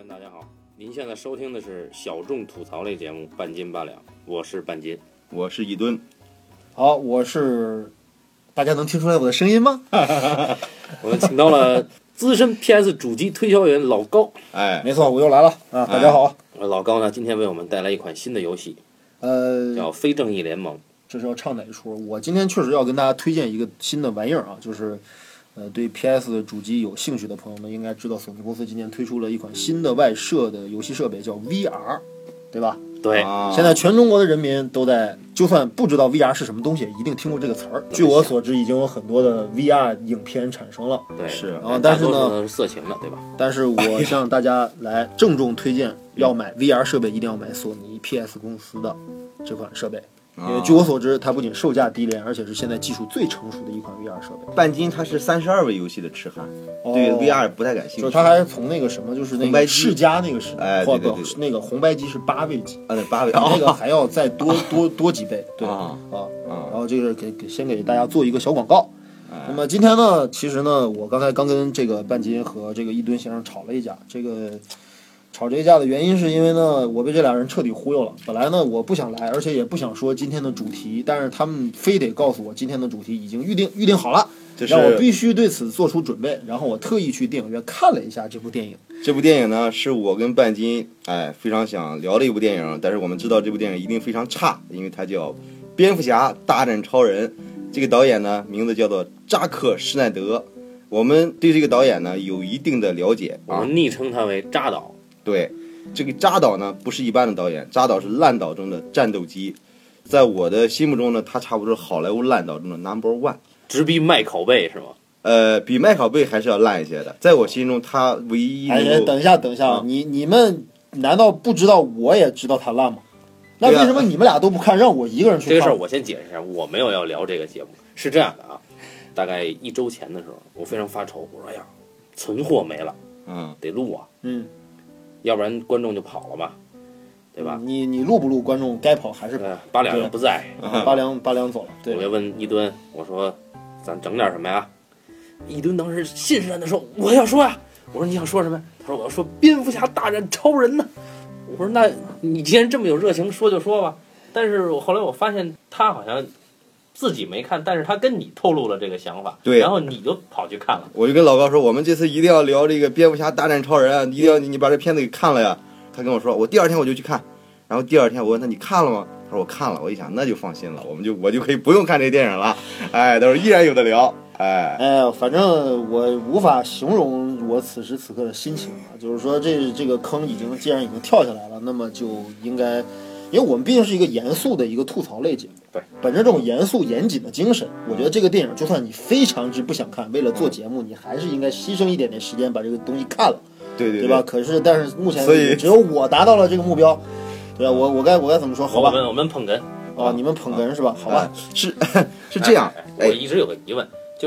们大家好，您现在收听的是小众吐槽类节目半斤八两，我是半斤， 我是一吨。 好，我是，大家能听出来我的声音吗？ 我们请到了资深 PS 主机推销员老高。 哎， 没错，我又来了啊！大家好。 老高呢，今天为我们带来一款新的游戏，叫《非正义联盟》。 这是要唱哪一出？我今天确实要跟大家推荐一个新的玩意儿啊，就是对 PS 主机有兴趣的朋友们应该知道，索尼公司今年推出了一款新的外设的游戏设备，叫 VR， 对吧？ 对， 现在全中国的人民都在，就算不知道 VR 是什么东西，一定听过这个词儿。据我所知，已经有很多的 VR 影片产生了。 对， 是啊，但是呢， 是色情的，对吧？ 但是我向大家来郑重推荐，要买 VR 设备一定要买索尼 PS 公司的这款设备。因为据我所知，它不仅售价低廉，而且是现在技术最成熟的一款 VR 设备。 半斤他是32位游戏的痴汉，对 VR 不太感兴趣。 就是他还是从那个什么，就是那个世嘉那个时代， 哎，对对对， 那个红白机是8位机， 啊，对8位， 那个还要再多几倍，对啊。 然后这个先给大家做一个小广告。那么今天呢，其实呢，我刚才刚跟这个半斤和这个一吨先生吵了一架，吵这一架的原因是因为呢，我被这俩人彻底忽悠了。本来呢，我不想来，而且也不想说今天的主题，但是他们非得告诉我今天的主题已经预定好了，让我必须对此做出准备。然后我特意去电影院看了一下这部电影。 这部电影呢，是我跟半斤非常想聊的一部电影，但是我们知道这部电影一定非常差，因为它叫《蝙蝠侠大战超人》。这个导演呢，名字叫做扎克施耐德。我们对这个导演呢有一定的了解， 我们昵称他为扎导。 对，这个扎导呢不是一般的导演，扎导是烂导中的战斗机，在我的心目中呢，他差不多是好莱坞烂导中的 No.1， 直逼麦考贝是吗？ 比麦考贝还是要烂一些的。在我心中，他唯一等一下，你们难道不知道我也知道他烂吗？那为什么你们俩都不看，让我一个人去看？ 这个事儿我先解释一下，我没有要聊这个节目，是这样的啊，大概1周前的时候，我非常发愁，我说哎呀，存货没了，得录啊，要不然观众就跑了嘛，对吧？ 你录不录，观众该跑还是跑。 八两又不在， 八两走了。对， 我就问一吨，我说咱整点什么呀？一吨当时信誓旦旦说我要说呀，我说你想说什么？他说我要说蝙蝠侠大战超人呢。我说那你既然这么有热情，说就说吧。但是后来我发现他好像自己没看，但是他跟你透露了这个想法， 对， 然后你就跑去看了。 我就跟老高说，我们这次一定要聊这个蝙蝠侠大战超人啊，一定要你把这片子给看了呀。他跟我说，我第二天我就去看。然后第二天我问他你看了吗？他说我看了。我一想那就放心了，我就可以不用看这电影了。到时候依然有的聊。 反正我无法形容我此时此刻的心情啊，就是说这个坑既然已经跳下来了，那么就应该，因为我们毕竟是一个严肃的一个吐槽类节目， 对， 本着这种严肃严谨的精神，我觉得这个电影就算你非常之不想看，为了做节目，你还是应该牺牲一点点时间把这个东西看了， 对吧？但是目前只有我达到了这个目标，对吧？我该怎么说？好吧， 我们捧哏啊，你们捧哏是吧？好吧， 是这样。 我一直有个疑问，就是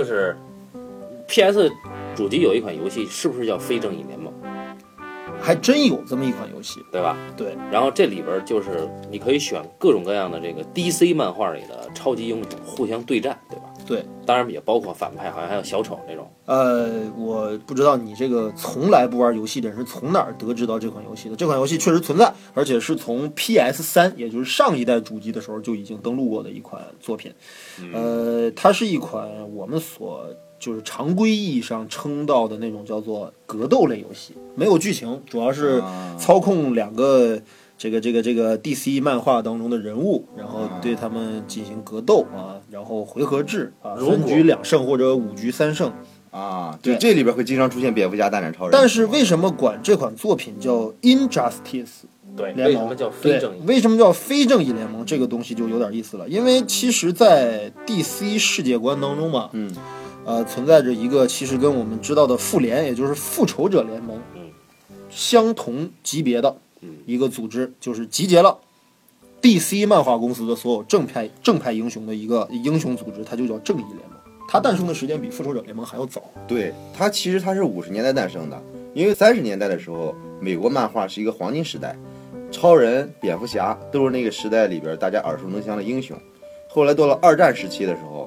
PS 主机有一款游戏，是不是叫《非正义联盟》？ 还真有这么一款游戏， 对吧？ 对。 然后这里边就是你可以选各种各样的这个 DC 漫画里的超级英雄互相对战，对吧？ 对， 当然也包括反派，好像还有小丑那种。 我不知道你这个从来不玩游戏的人是从哪儿得知到这款游戏的。这款游戏确实存在，而且是从 PS3，也就是上一代主机的时候就已经登陆过的一款作品。它是一款我们就是常规意义上称到的那种叫做格斗类游戏，没有剧情，主要是操控2个这个 DC 漫画当中的人物，然后对他们进行格斗啊，然后回合制啊，3局2胜或者5局3胜啊。对，这里边会经常出现蝙蝠侠大战超人。 但是为什么管这款作品叫 Injustice 对， 联盟？ 为什么叫非正义？ 为什么叫非正义联盟？这个东西就有点意思了，因为其实，在 DC 世界观当中嘛，存在着一个其实跟我们知道的复联，也就是复仇者联盟，相同级别的一个组织，就是集结了 DC 漫画公司的所有正派英雄的一个英雄组织，它就叫正义联盟。它诞生的时间比复仇者联盟还要早。 对，它其实是50年代诞生的，因为30年代的时候，美国漫画是一个黄金时代，超人、蝙蝠侠都是那个时代里边大家耳熟能详的英雄。后来到了2战时期的时候，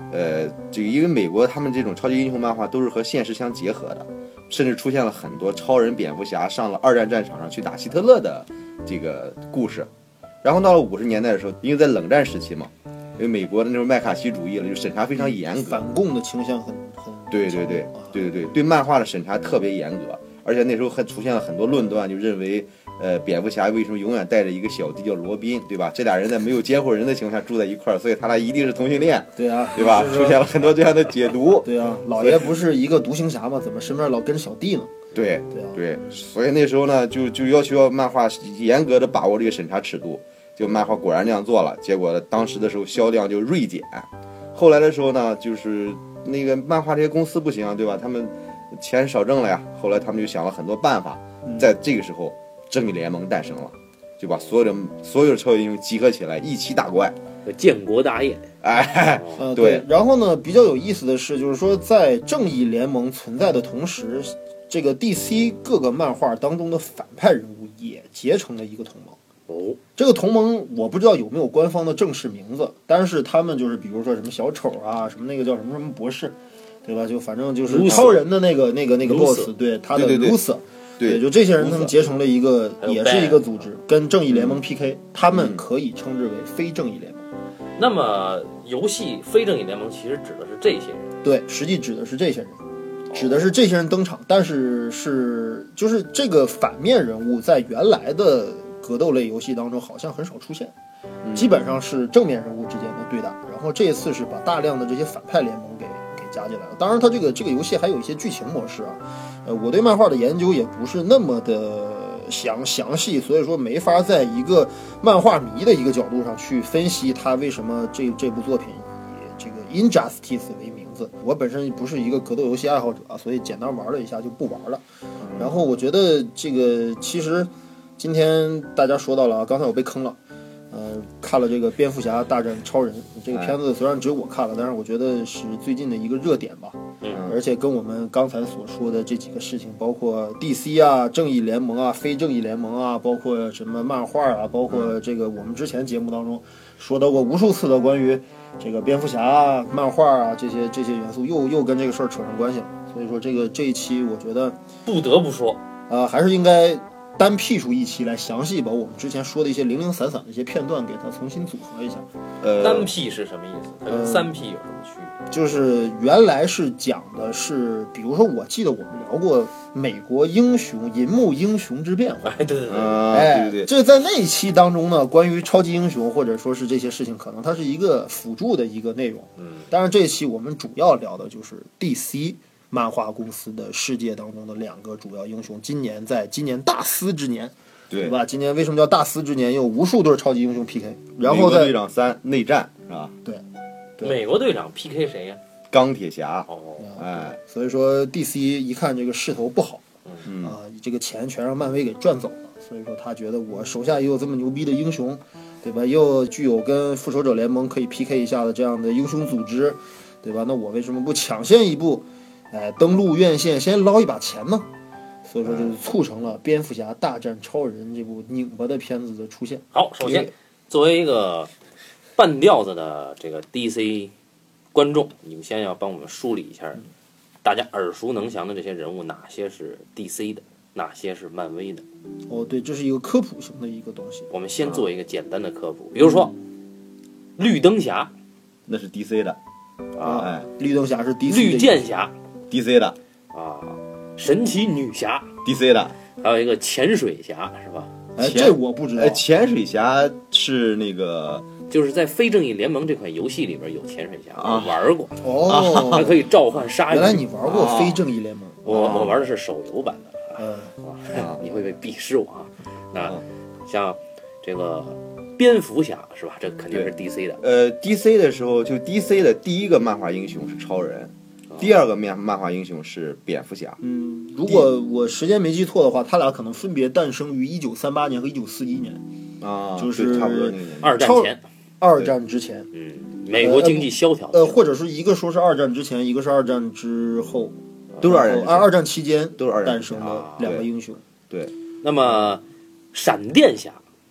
这个因为美国他们这种超级英雄漫画都是和现实相结合的，甚至出现了很多超人、蝙蝠侠上了二战战场上去打希特勒的这个故事。然后到了50年代的时候，因为在冷战时期嘛，因为美国的那种麦卡锡主义了，就审查非常严格， 反共的倾向很对漫画的审查特别严格，而且那时候还出现了很多论断，就认为蝙蝠侠为什么永远带着一个小弟叫罗宾，对吧？这俩人在没有监护人的情况下住在一块儿，所以他俩一定是同性恋， 对啊， 对吧？出现了很多这样的解读。 对啊，老爷不是一个独行侠吗？怎么身边老跟小弟呢？ 对，所以那时候呢，就要求漫画严格的把握这个审查尺度。就漫画果然那样做了，结果当时的时候销量就锐减。后来的时候呢，就是那个漫画这些公司不行啊，对吧？他们钱少挣了呀。后来他们就想了很多办法，在这个时候，正义联盟诞生了，就把所有的超级英雄集合起来一起打怪， 建国大业。 对。然后呢，比较有意思的是，就是说在正义联盟存在的同时，这个 DC 各个漫画当中的反派人物也结成了一个同盟。这个同盟我不知道有没有官方的正式名字，但是他们就是比如说什么小丑啊，什么那个叫什么什么博士，对吧？就反正就是超人的那个 boss， 对他的 Luthor， 对，就这些人他们结成了一个也是一个组织，跟正义联盟 PK， 他们可以称之为非正义联盟。 那么游戏非正义联盟其实指的是这些人， 对，实际指的是这些人。指的是这些人登场，但是就是这个反面人物在原来的格斗类游戏当中好像很少出现，基本上是正面人物之间的对打。然后这一次是把大量的这些反派联盟给加进来了。当然，它这个游戏还有一些剧情模式啊。我对漫画的研究也不是那么的详细，所以说没法在一个漫画迷的一个角度上去分析它为什么这部作品以这个 Injustice 为名字。我本身不是一个格斗游戏爱好者啊，所以简单玩了一下就不玩了。然后我觉得这个其实今天大家说到了啊，刚才我被坑了，看了这个蝙蝠侠大战超人这个片子，虽然只有我看了，但是我觉得是最近的一个热点吧。而且跟我们刚才所说的这几个事情，包括 DC 啊、正义联盟啊、非正义联盟啊，包括什么漫画啊，包括这个我们之前节目当中说到过无数次的关于这个蝙蝠侠啊、漫画啊这些元素，又跟这个事儿扯上关系了。所以说这一期我觉得不得不说， 还是应该单辟出一期来详细把我们之前说的一些零零散散的一些片段给它重新组合一下。 单辟是什么意思？它跟三辟有什么区别？ 就是原来是讲的是，比如说我记得我们聊过美国英雄银幕英雄之变化， 对， 这在那一期当中呢，关于超级英雄或者说是这些事情，可能它是一个辅助的一个内容。当然这一期我们主要聊的就是 DC。漫画公司的世界当中的两个主要英雄，今年大撕之年，对吧？今年为什么叫大撕之年？有无数对超级英雄 PK， 然后在美国队长3内战是吧？ 对， 美国队长 PK 谁呀？ 钢铁侠。 所以说 DC 一看这个势头不好，这个钱全让漫威给赚走了，所以说他觉得我手下也有这么牛逼的英雄，对吧？又具有跟复仇者联盟可以 PK 一下的这样的英雄组织，对吧？那我为什么不抢先一步？登陆院线先捞一把钱呢，所以说就促成了蝙蝠侠大战超人这部拧巴的片子的出现。 好，首先作为一个半吊子的这个 DC 观众，你们先要帮我们梳理一下大家耳熟能详的这些人物，哪些是 DC 的，哪些是漫威的。 对，这是一个科普型的一个东西。 我们先做一个简单的科普，比如说绿灯侠， 那是 DC 的绿灯侠是 DC 的， 绿箭侠 DC 的神奇女侠 DC 的， 还有一个潜水侠是吧？ 这我不知道。 潜水侠是那个， 就是在非正义联盟这款游戏里边有潜水侠，我玩过。它可以召唤鲨鱼。 原来你玩过非正义联盟？ 我玩的是手游版的。你会被鄙视我啊？那像这个蝙蝠侠是吧？这肯定是 DC 的。 DC 的时候，就 DC 的第一个漫画英雄是超人。第二个漫画英雄是蝙蝠侠。 如果我时间没记错的话，他俩可能分别诞生于1938年和1941年就是差不多那个年代。 二战前， 二战之前。 美国经济萧条。 或者是一个说是二战之前，一个是二战之后， 都是二战。 二战期间都是诞生的两个英雄。 对。 那么闪电侠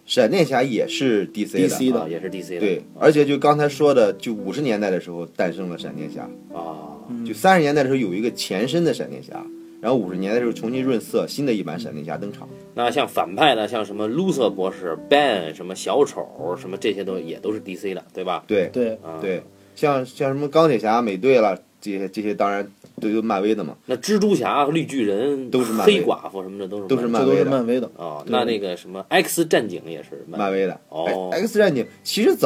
闪电侠也是 DC 的， 也是 DC 的。 对，而且就刚才说的，就50年代的时候诞生了闪电侠啊， 就30年代的时候有一个前身的闪电侠，然后50年代的时候重新润色，新的一版闪电侠登场。 那像反派的，像什么卢瑟博士、Ben 什么小丑什么这些也都是 DC 的，对吧？ 对对对，像什么钢铁侠、美队了，这些当然都漫威的嘛。 那蜘蛛侠、绿巨人都是漫威黑寡妇什么的都是漫威的哦。那个什么 X 战警也是漫威的哦。 X 战警其实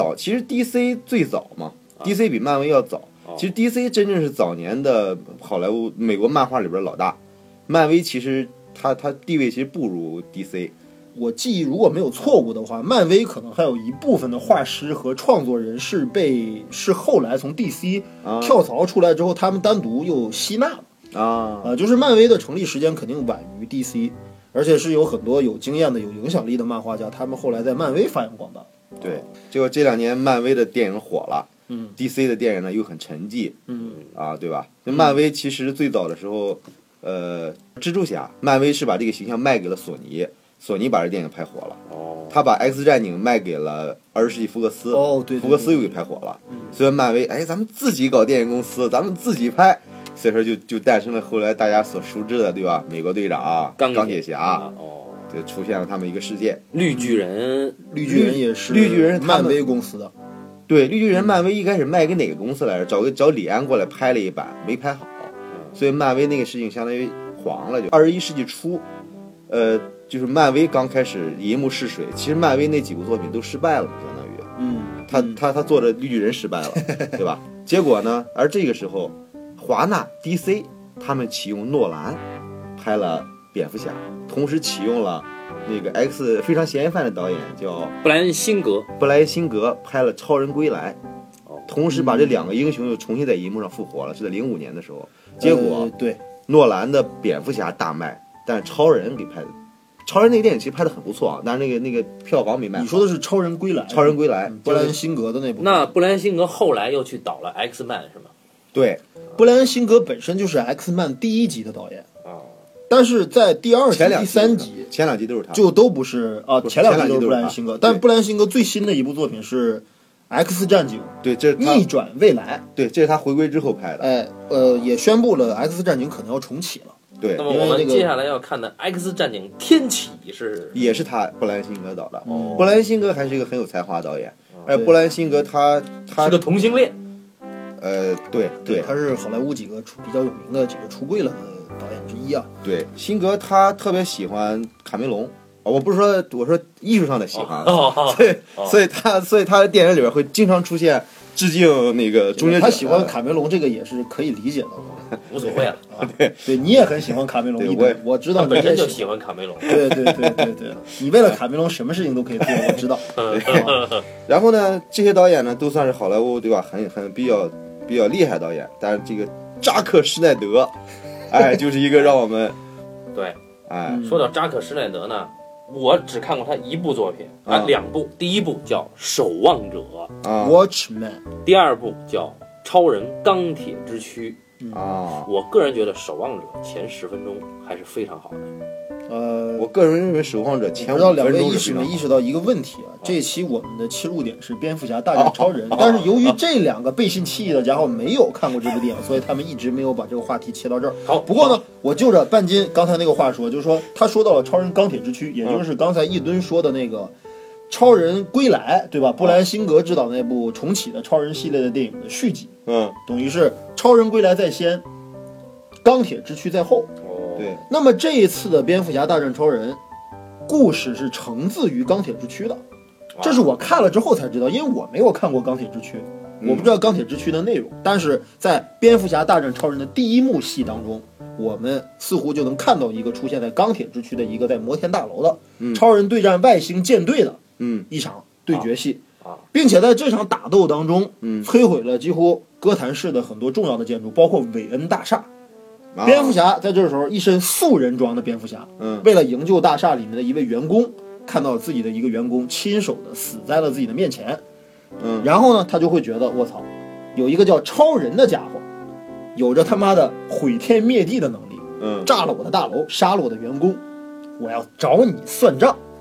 DC 最早嘛，DC 比漫威要早。其实 DC 真正是早年的好莱坞美国漫画里边老大，漫威其实它地位其实不如 DC。 我记忆如果没有错误的话，漫威可能还有一部分的画师和创作人是后来从 DC 跳槽出来之后，他们单独又吸纳了就是漫威的成立时间肯定晚于 DC， 而且是有很多有经验的、有影响力的漫画家，他们后来在漫威发扬光大。 对，结果这2年漫威的电影火了，DC 的电影呢又很沉寂，对吧？漫威其实最早的时候，蜘蛛侠，漫威是把这个形象卖给了索尼。索尼把这电影拍火了，他把 X 战警卖给了20世纪福克斯，福克斯又给拍火了。所以漫威，咱们自己搞电影公司，咱们自己拍，所以说就诞生了后来大家所熟知的，对吧？美国队长、钢铁侠，就出现了他们一个世界。 绿巨人也是绿巨人漫威公司的， 对，绿巨人漫威一开始卖给哪个公司来着？找李安过来拍了一版，没拍好，所以漫威那个事情相当于黄了。就21世纪初，就是漫威刚开始银幕试水，其实漫威那几部作品都失败了，相当于，他做着绿巨人失败了，对吧？结果呢，而这个时候，华纳 DC 他们启用诺兰拍了蝙蝠侠，同时启用了那个 X 非常嫌疑犯的导演叫布莱恩辛格拍了超人归来，同时把这2个英雄又重新在银幕上复活了，是在05年的时候。结果对诺兰的蝙蝠侠大卖，但是超人给拍的。超人那个电影其实拍的很不错但是那个票房没卖好。 你说的是超人归来？ 超人归来， 布莱恩辛格的那部。 那布莱恩辛格后来又去导了 X 曼是吗？ 对， 布莱恩辛格本身就是 X 曼第1集的导演但是在第2集、第3集前2集都是他， 就都不是前2集都是布莱恩辛格，但布莱恩辛格最新的一部作品是 X 战警， 对，这是逆转未来， 对，这是他回归之后拍的。 也宣布了 X 战警可能要重启了。 对， 那么我们接下来要看的 X 战警天启也是他布莱恩辛格导的。布莱恩辛格还是一个很有才华的导演，布莱恩辛格他是个同性恋。 对， 他是好莱坞几个比较有名的几个出柜了的导演之一啊。 对，辛格他特别喜欢卡梅隆。我不是说，我说艺术上的喜欢，所以他的电影里边会经常出现致敬那个终结者。 他喜欢卡梅隆，这个也是可以理解的， 无所谓了。 对，你也很喜欢卡梅隆，我知道你本身就喜欢卡梅隆。 对，你为了卡梅隆什么事情都可以做，我知道。 然后呢，这些导演呢都算是好莱坞对吧？很比较厉害导演，但是这个扎克施耐德，就是一个让我们对，说到扎克施耐德呢。我只看过他1部作品2部，第1部叫《守望者》 Watchman， 第2部叫《超人钢铁之躯》我个人觉得《守望者》前10分钟还是非常好的。 我个人认为《守望者》前5分钟不知道2位意识到一个问题这期我们的切入点是蝙蝠侠大战超人，但是由于这2个背信弃义的家伙没有看过这部电影，所以他们一直没有把这个话题切到这儿。 好， 不过呢，我就着半斤刚才那个话说，就是说他说到了超人钢铁之躯，也就是刚才一吨说的那个超人归来，对吧？布莱恩辛格执导那部重启的超人系列的电影的续集，等于是超人归来在先，钢铁之躯在后。 对， 那么这一次的蝙蝠侠大战超人故事是承自于钢铁之躯的，这是我看了之后才知道，因为我没有看过钢铁之躯，我不知道钢铁之躯的内容，但是在蝙蝠侠大战超人的第1幕戏当中，我们似乎就能看到一个出现在钢铁之躯的一个在摩天大楼的超人对战外星舰队的一场对决戏，并且在这场打斗当中摧毁了几乎哥谭市的很多重要的建筑，包括韦恩大厦。蝙蝠侠在这时候一身素人装的蝙蝠侠，为了营救大厦里面的一位员工，看到自己的一个员工亲手的死在了自己的面前，然后呢，他就会觉得我操，有一个叫超人的家伙，有着他妈的毁天灭地的能力，炸了我的大楼，杀了我的员工，我要找你算账。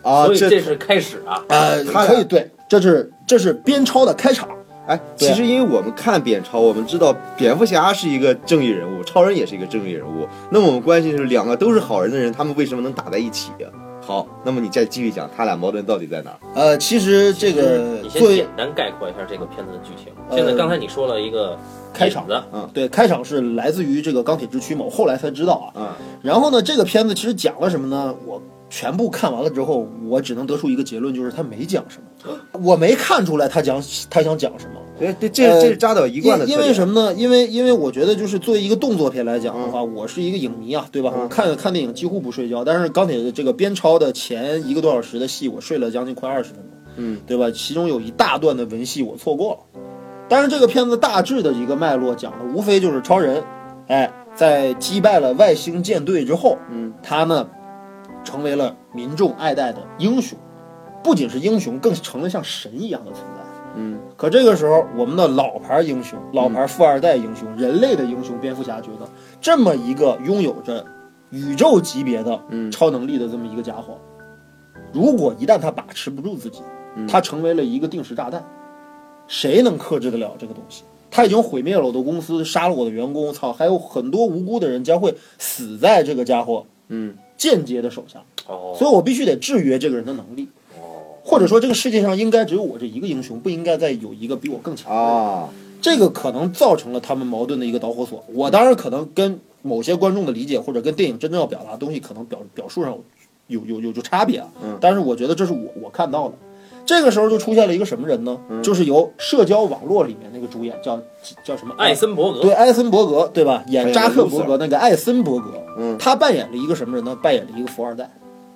啊， 所以这是开始啊。 可以对，这是边超的开场。 哎，其实因为我们看扁超，我们知道蝙蝠侠是一个正义人物，超人也是一个正义人物。那么我们关心的是两个都是好人的人，他们为什么能打在一起呀？好，那么你再继续讲，他俩矛盾到底在哪儿？ 其实这个你先简单概括一下这个片子的剧情。现在刚才你说了一个开场的， 对，开场是来自于这个钢铁之躯嘛，我后来才知道啊。然后呢，这个片子其实讲了什么呢？我全部看完了之后，我只能得出一个结论，就是他没讲什么，我没看出来他想讲什么。 对，这是扎导一贯的特点。 因为什么呢？因为我觉得就是作为一个动作片来讲的话，我是一个影迷啊，对吧？我看电影几乎不睡觉，但是钢铁这个边超的前1个多小时的戏，我睡了将近快20分钟，对吧？其中有一大段的文戏我错过了。但是这个片子大致的一个脉络讲的无非就是超人，在击败了外星舰队之后，他呢成为了民众爱戴的英雄，不仅是英雄，更成了像神一样的存在。可这个时候，我们的老牌英雄、老牌富二代英雄、人类的英雄蝙蝠侠觉得，这么一个拥有着宇宙级别的超能力的这么一个家伙，如果一旦他把持不住自己，他成为了一个定时炸弹，谁能克制得了这个东西？他已经毁灭了我的公司，杀了我的员工，操，还有很多无辜的人将会死在这个家伙间接的手下。所以我必须得制约这个人的能力。或者说，这个世界上应该只有我这一个英雄，不应该再有一个比我更强的人。这个可能造成了他们矛盾的一个导火索。我当然可能跟某些观众的理解，或者跟电影真正要表达的东西，可能表述上有差别啊。但是我觉得这是我看到的。这个时候就出现了一个什么人呢？就是由社交网络里面那个主演叫什么？ 艾森伯格。 对，艾森伯格，对吧？演扎克伯格那个艾森伯格，他扮演了一个什么人呢？扮演了一个富二代，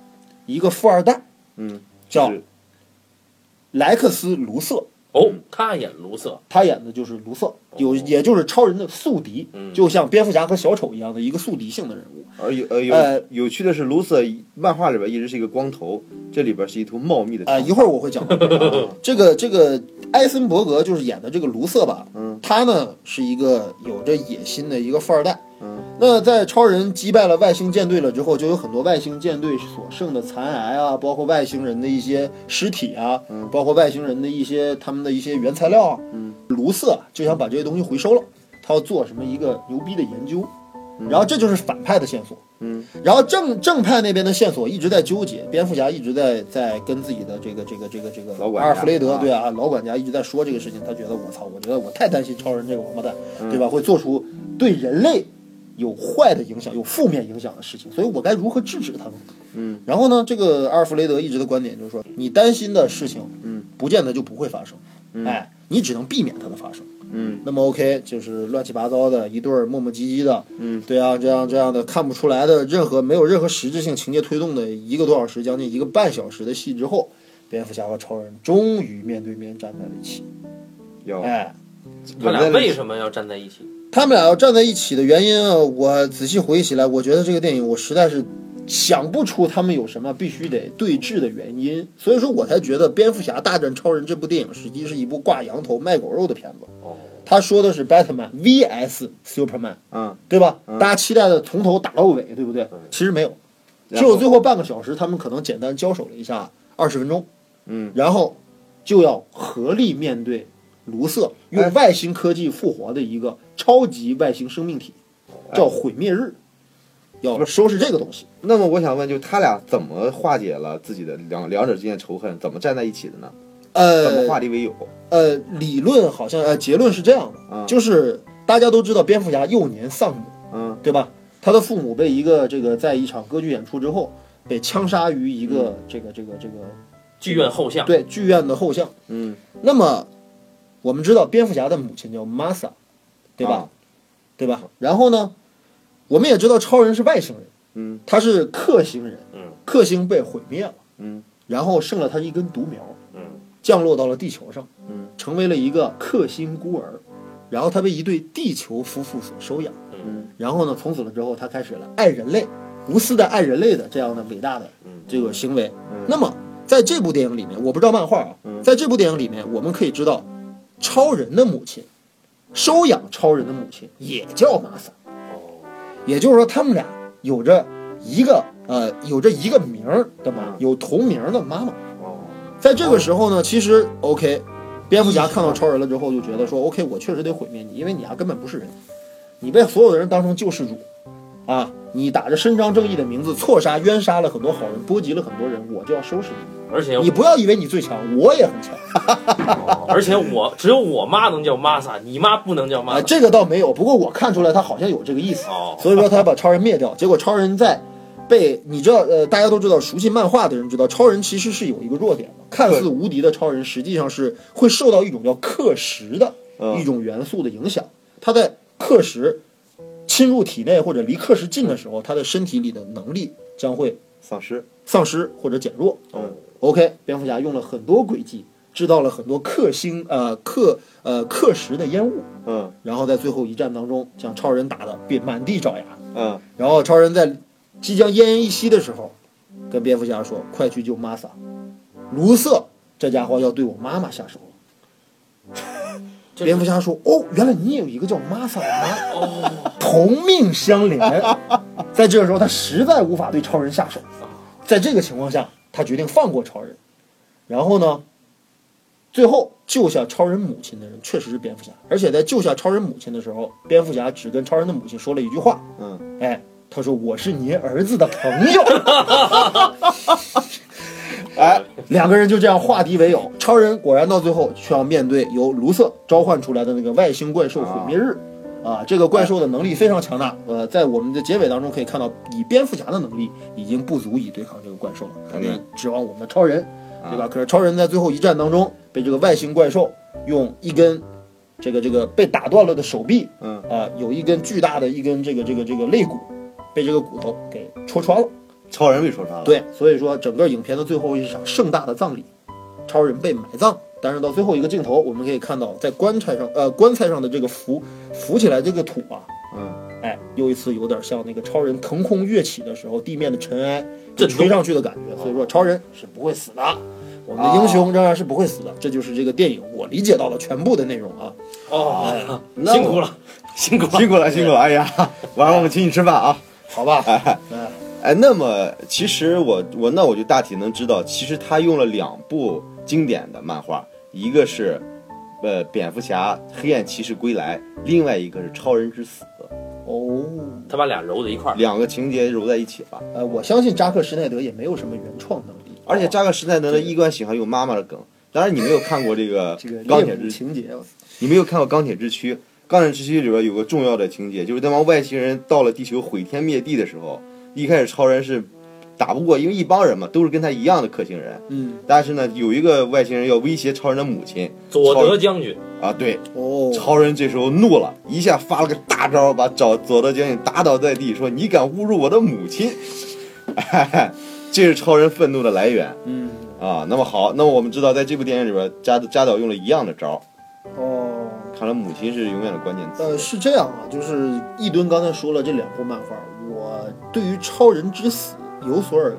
叫莱克斯·卢瑟。 他演卢瑟， 他演的就是卢瑟，也就是超人的宿敌，就像蝙蝠侠和小丑一样的一个宿敌性的人物。 有趣的是，卢瑟漫画里边一直是一个光头，这里边是一头茂密的长发。 一会儿我会讲到这个艾森伯格就是演的这个卢瑟吧，他呢是一个有着野心的一个富二代。那在超人击败了外星舰队了之后，就有很多外星舰队所剩的残骸啊，包括外星人的一些尸体啊，包括外星人的他们的一些原材料啊。卢瑟就想把这些东西回收了，他要做什么一个牛逼的研究，然后这就是反派的线索。然后正派那边的线索一直在纠结，蝙蝠侠一直在跟自己的这个阿尔弗雷德，对啊，老管家一直在说这个事情，他觉得我觉得我太担心超人这个王八蛋，对吧？会做出对人类有坏的影响、有负面影响的事情，所以我该如何制止他们？然后呢，这个阿尔弗雷德一直的观点就是说，你担心的事情，不见得就不会发生，你只能避免它的发生。那么 OK， 就是乱七八糟的一对磨磨唧唧的，对啊，这样的看不出来的没有任何实质性情节推动的1个多小时，将近1个半小时的戏之后，蝙蝠侠和超人终于面对面站在了一起。 他俩为什么要站在一起？ 他们俩要站在一起的原因啊，我仔细回忆起来，我觉得这个电影我实在是想不出他们有什么必须得对峙的原因，所以说我才觉得《蝙蝠侠大战超人》这部电影实际是一部挂羊头卖狗肉的片子。他说的是 Batman vs Superman，对吧？大家期待的从头打到尾，对不对？其实没有，只有最后半个小时，他们可能简单交手了一下20分钟，然后就要合力面对卢瑟用外星科技复活的一个超级外星生命体，叫毁灭日，要收拾这个东西。 那么我想问，就他俩怎么化解了自己的两者之间的仇恨？怎么站在一起的呢？怎么化敌为友？ 理论好像结论是这样的，就是大家都知道蝙蝠侠幼年丧母，对吧？他的父母被在一场歌剧演出之后被枪杀于一个剧院后巷， 对，剧院的后巷。那么我们知道蝙蝠侠的母亲叫玛莎，对吧？对吧？然后呢，我们也知道超人是外星人，他是克星人，克星被毁灭了，然后剩了他一根独苗，降落到了地球上，成为了一个克星孤儿，然后他被一对地球夫妇所收养，然后呢，从此了之后，他开始了爱人类、无私的爱人类的这样的伟大的这个行为。那么在这部电影里面，我不知道漫画啊，在这部电影里面，我们可以知道，超人的母亲，收养超人的母亲也叫玛莎，也就是说，他们俩有着一个有着一个名儿的妈，有同名的妈妈。 哦， 在这个时候呢，其实 OK， 蝙蝠侠看到超人了之后就觉得说 OK， 我确实得毁灭你，因为你根本不是人，你被所有的人当成救世主啊，你打着伸张正义的名字错杀冤杀了很多好人，波及了很多人，我就要收拾你。 而且你不要以为你最强，我也很强。 而且只有我妈能叫玛莎，你妈不能叫玛莎。 这个倒没有，不过我看出来他好像有这个意思，所以说他要把超人灭掉。结果超人在被你知道，大家都知道，熟悉漫画的人知道，超人其实是有一个弱点的。看似无敌的超人，实际上是会受到一种叫克时的一种元素的影响。他在克时侵入体内或者离克时近的时候，他的身体里的能力将会丧失或者减弱。OK， 蝙蝠侠用了很多诡计，制造了很多克时的烟雾，然后在最后一战当中，将超人打得满地找牙，然后超人在即将奄奄一息的时候，跟蝙蝠侠说：“快去救玛莎，卢瑟这家伙要对我妈妈下手了。”蝙蝠侠说：“哦，原来你也有一个叫玛莎的妈，同命相连。”在这个时候，他实在无法对超人下手，在这个情况下，他决定放过超人。然后呢，最后救下超人母亲的人确实是蝙蝠侠，而且在救下超人母亲的时候，蝙蝠侠只跟超人的母亲说了一句话：“他说我是您儿子的朋友。”两个人就这样化敌为友。超人果然到最后却要面对由卢瑟召唤出来的那个外星怪兽毁灭日。这个怪兽的能力非常强大。在我们的结尾当中可以看到，以蝙蝠侠的能力已经不足以对抗这个怪兽了，肯定指望我们的超人，对吧？可是超人在最后一战当中被这个外星怪兽用一根这个被打断了的手臂，有一根巨大的一根这个肋骨，被这个骨头给戳穿了。 超人被戳穿了。 对，所以说整个影片的最后一场盛大的葬礼，超人被埋葬。但是到最后一个镜头，我们可以看到，在棺材上的这个浮起来这个土啊，又一次有点像那个超人腾空跃起的时候，地面的尘埃吹上去的感觉。所以说，超人是不会死的，我们的英雄仍然是不会死的。这就是这个电影我理解到了全部的内容啊。 辛苦了，辛苦了。 哎呀，晚上我们请你吃饭啊， 好吧？ 那么其实我就大体能知道，其实他用了2部经典的漫画，一个是蝙蝠侠黑暗骑士归来，另外一个是超人之死。 他把俩揉在一块儿 ，2个情节揉在一起了。 我相信扎克施耐德也没有什么原创能力， 而且扎克施耐德的一贯喜欢用妈妈的梗。当然你没有看过这个钢铁之情节， 你没有看过钢铁之躯。钢铁之躯里边有个重要的情节，就是那帮外星人到了地球毁天灭地的时候，一开始超人是打不过，因为一帮人嘛，都是跟他一样的克星人。但是呢，有一个外星人要威胁超人的母亲佐德将军啊，对，超人这时候怒了，一下发了个大招，把佐德将军打倒在地，说：“你敢侮辱我的母亲！”这是超人愤怒的来源。那么好，那么我们知道，在这部电影里边，加导用了一样的招。看来母亲是永远的关键词。 是这样啊，就是一吨刚才说了这2部漫画，我对于超人之死有所耳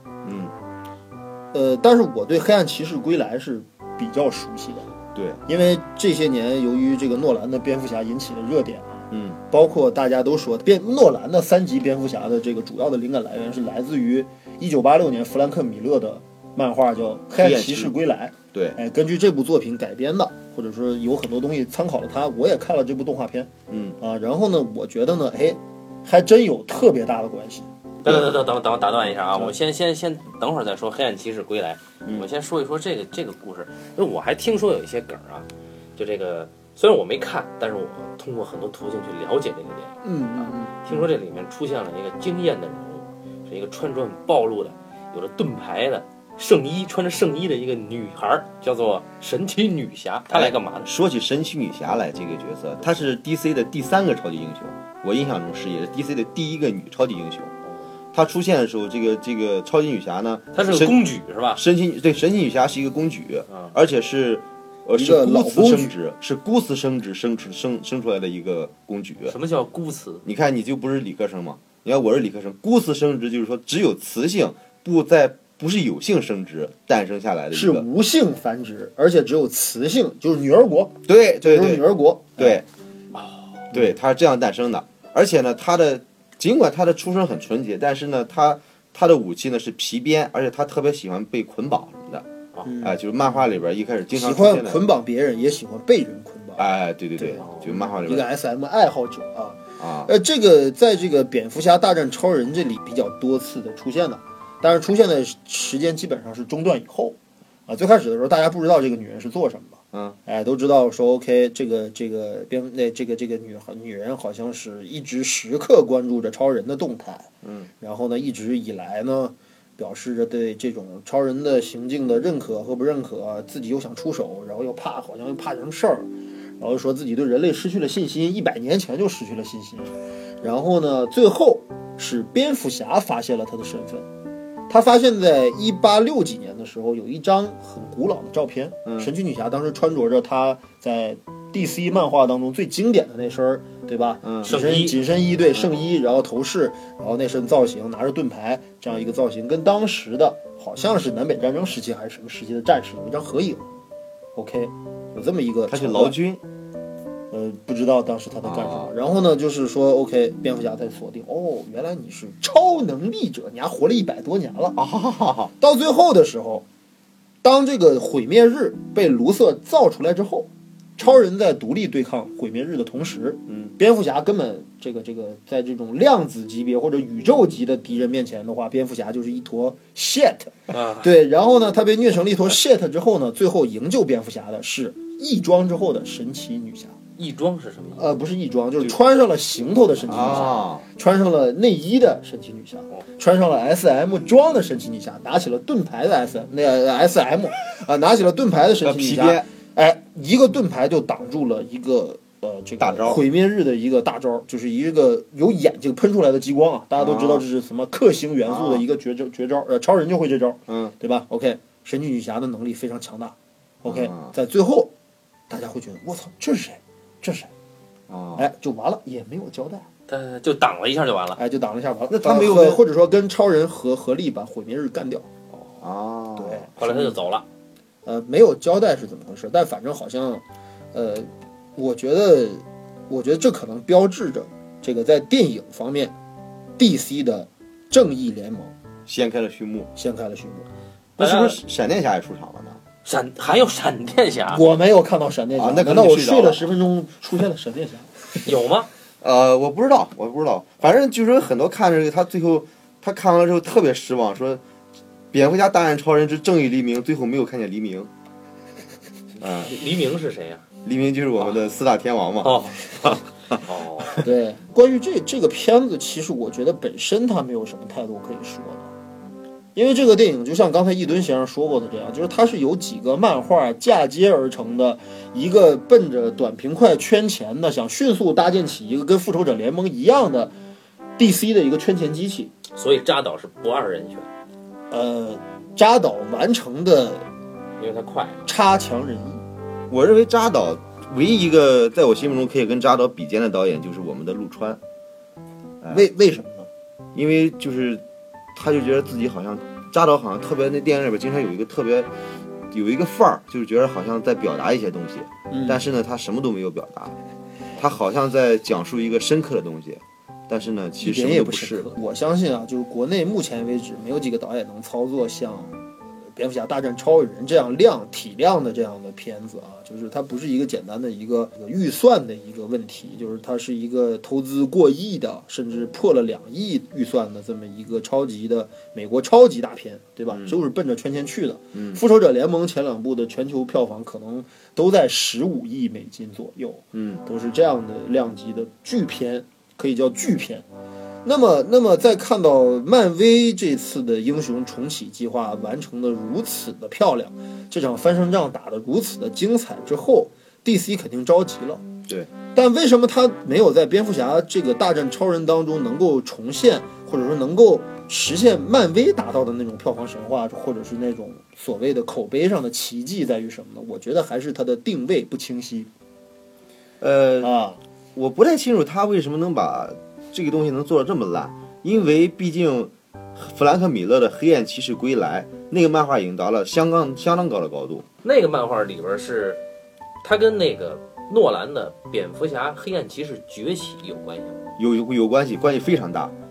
闻。但是我对黑暗骑士归来是比较熟悉的。 对， 因为这些年由于这个诺兰的蝙蝠侠引起了热点包括大家都说诺兰的3集蝙蝠侠的这个主要的灵感来源是来自于1986年弗兰克米勒的漫画叫《黑暗骑士归来》。 对， 根据这部作品改编的，或者说有很多东西参考了它，我也看了这部动画片。然后呢，我觉得呢，还真有特别大的关系。 等，打断一下啊！我先等会儿再说《黑暗骑士归来》。我先说一说这个故事，因为我还听说有一些梗啊，就这个虽然我没看，但是我通过很多途径去了解这个电影。听说这里面出现了一个惊艳的人物，是一个穿着很暴露的、有着盾牌的。穿着圣衣的一个女孩，叫做神奇女侠。她来干嘛呢？ 说起神奇女侠来，这个角色她是 DC 的第3个超级英雄，我印象中是也是 DC 的第1个女超级英雄。她出现的时候，这个超级女侠呢， 她是个公举是吧？ 神奇女侠是一个公举，而且是孤雌生殖，是孤雌生殖生出来的一个公举。 什么叫孤雌？ 你看你就不是理科生嘛？你看我是理科生，孤雌生殖就是说只有雌性，不是有性生殖诞生下来的一个， 是无性繁殖，而且只有雌性，就是女儿国。 对， 就是女儿国。 对，对，它是这样诞生的。而且呢，尽管它的出生很纯洁，但是呢，它他的武器呢是皮鞭，而且他特别喜欢被捆绑什么的。就是漫画里边一开始经常喜出现的欢捆绑别人，也喜欢被人捆绑。 对，就漫画里边一个 SM 爱好者啊。 这个在这个蝙蝠侠大战超人这里比较多次的出现的，但是出现的时间基本上是中段以后最开始的时候大家不知道这个女人是做什么的，都知道说 OK 这个女人好像是一直时刻关注着超人的动态，然后呢一直以来呢表示着对这种超人的行径的认可和不认可，自己又想出手，然后好像又怕什么事儿，然后说自己对人类失去了信心，100年前就失去了信心。然后呢，最后是蝙蝠侠发现了他的身份。他发现在1860几年的时候，有一张很古老的照片，神奇女侠当时穿着着她在 DC 漫画当中最经典的那身，对吧？紧身衣，对，圣衣，然后头饰，然后那身造型，拿着盾牌，这样一个造型，跟当时的好像是南北战争时期还是什么时期的战士有一张合影。OK， 有这么一个， 他是劳军。 不知道当时他在干什么。然后呢，就是说 OK， 蝙蝠侠在锁定，原来你是超能力者，你还活了100多年了到最后的时候，当这个毁灭日被卢瑟造出来之后，超人在独立对抗毁灭日的同时，蝙蝠侠根本这个在这种量子级别或者宇宙级的敌人面前的话，蝙蝠侠就是一坨 shit 对，然后呢，他被虐成了一坨 shit 之后呢，最后营救蝙蝠侠的是异装之后的神奇女侠。 异装是什么意思？ 不是异装，就是穿上了行头的神奇女侠，穿上了内衣的神奇女侠，穿上了 SM 装的神奇女侠，拿起了盾牌的 SM 拿起了盾牌的神奇女侠，一个盾牌就挡住了一个这个毁灭日的一个大招，就是一个有眼睛喷出来的激光大家都知道这是什么克星元素的一个绝招，超人就会这招，对吧 ？OK， 神奇女侠的能力非常强大 ，OK， 在最后大家会觉得我操，这是谁？这是就完了，也没有交代， 他就挡了一下就完了， 就挡了一下完了。 那他没有或者说跟超人合力把毁灭日干掉。对， 后来他就走了。 没有交代是怎么回事，但反正好像，我觉得这可能标志着这个在电影方面 ，DC 的正义联盟掀开了序幕。 那是不是闪电侠也出场了呢？ 还有闪电侠？ 我没有看到闪电侠， 难道我睡了10分钟出现了闪电侠？ 有吗？ 我不知道，反正就是很多看着他最后他看完了之后特别失望，说蝙蝠侠大战超人之正义黎明，最后没有看见黎明。 黎明是谁呀？ 黎明就是我们的4大天王嘛。 对，关于这个片子，其实我觉得本身它没有什么太多可以说的。因为这个电影就像刚才一吨先生说过的这样，就是它是由几个漫画嫁接而成的一个奔着短平快圈钱的，想迅速搭建起一个跟复仇者联盟一样的 DC 的一个圈钱机器。 所以扎导是不二人选。 扎导完成的， 因为他快， 差强人意。 我认为扎导唯一一个在我心目中可以跟扎导比肩的导演就是我们的陆川。 为什么呢？ 因为就是他就觉得自己好像扎导好像特别，那电影里边经常有一个范儿，就是觉得好像在表达一些东西，但是呢他什么都没有表达，他好像在讲述一个深刻的东西，但是呢其实什么都不是。 我相信就是国内目前为止没有几个导演能操作像蝙蝠侠大战超人这样体量的这样的片子就是它不是一个简单的一个预算的一个问题，就是它是一个投资过亿的，甚至破了2亿预算的这么一个超级的美国超级大片，对吧？就是奔着圈钱去的。复仇者联盟前2部的全球票房可能都在15亿美金左右，都是这样的量级的巨片，可以叫巨片。那么在看到漫威这次的英雄重启计划完成的如此的漂亮，这场翻身仗打得如此的精彩之后， DC 肯定着急了。 对， 但为什么他没有在蝙蝠侠这个大战超人当中能够重现，或者说能够实现漫威达到的那种票房神话，或者是那种所谓的口碑上的奇迹，在于什么呢？我觉得还是他的定位不清晰。 我不太清楚他为什么能把这个东西能做得这么烂，因为毕竟弗兰克·米勒的《黑暗骑士归来》那个漫画已经达了相当高的高度。 那个漫画里边是，他跟那个诺兰的《蝙蝠侠：黑暗骑士崛起》有关系吗？ 有关系，关系非常大。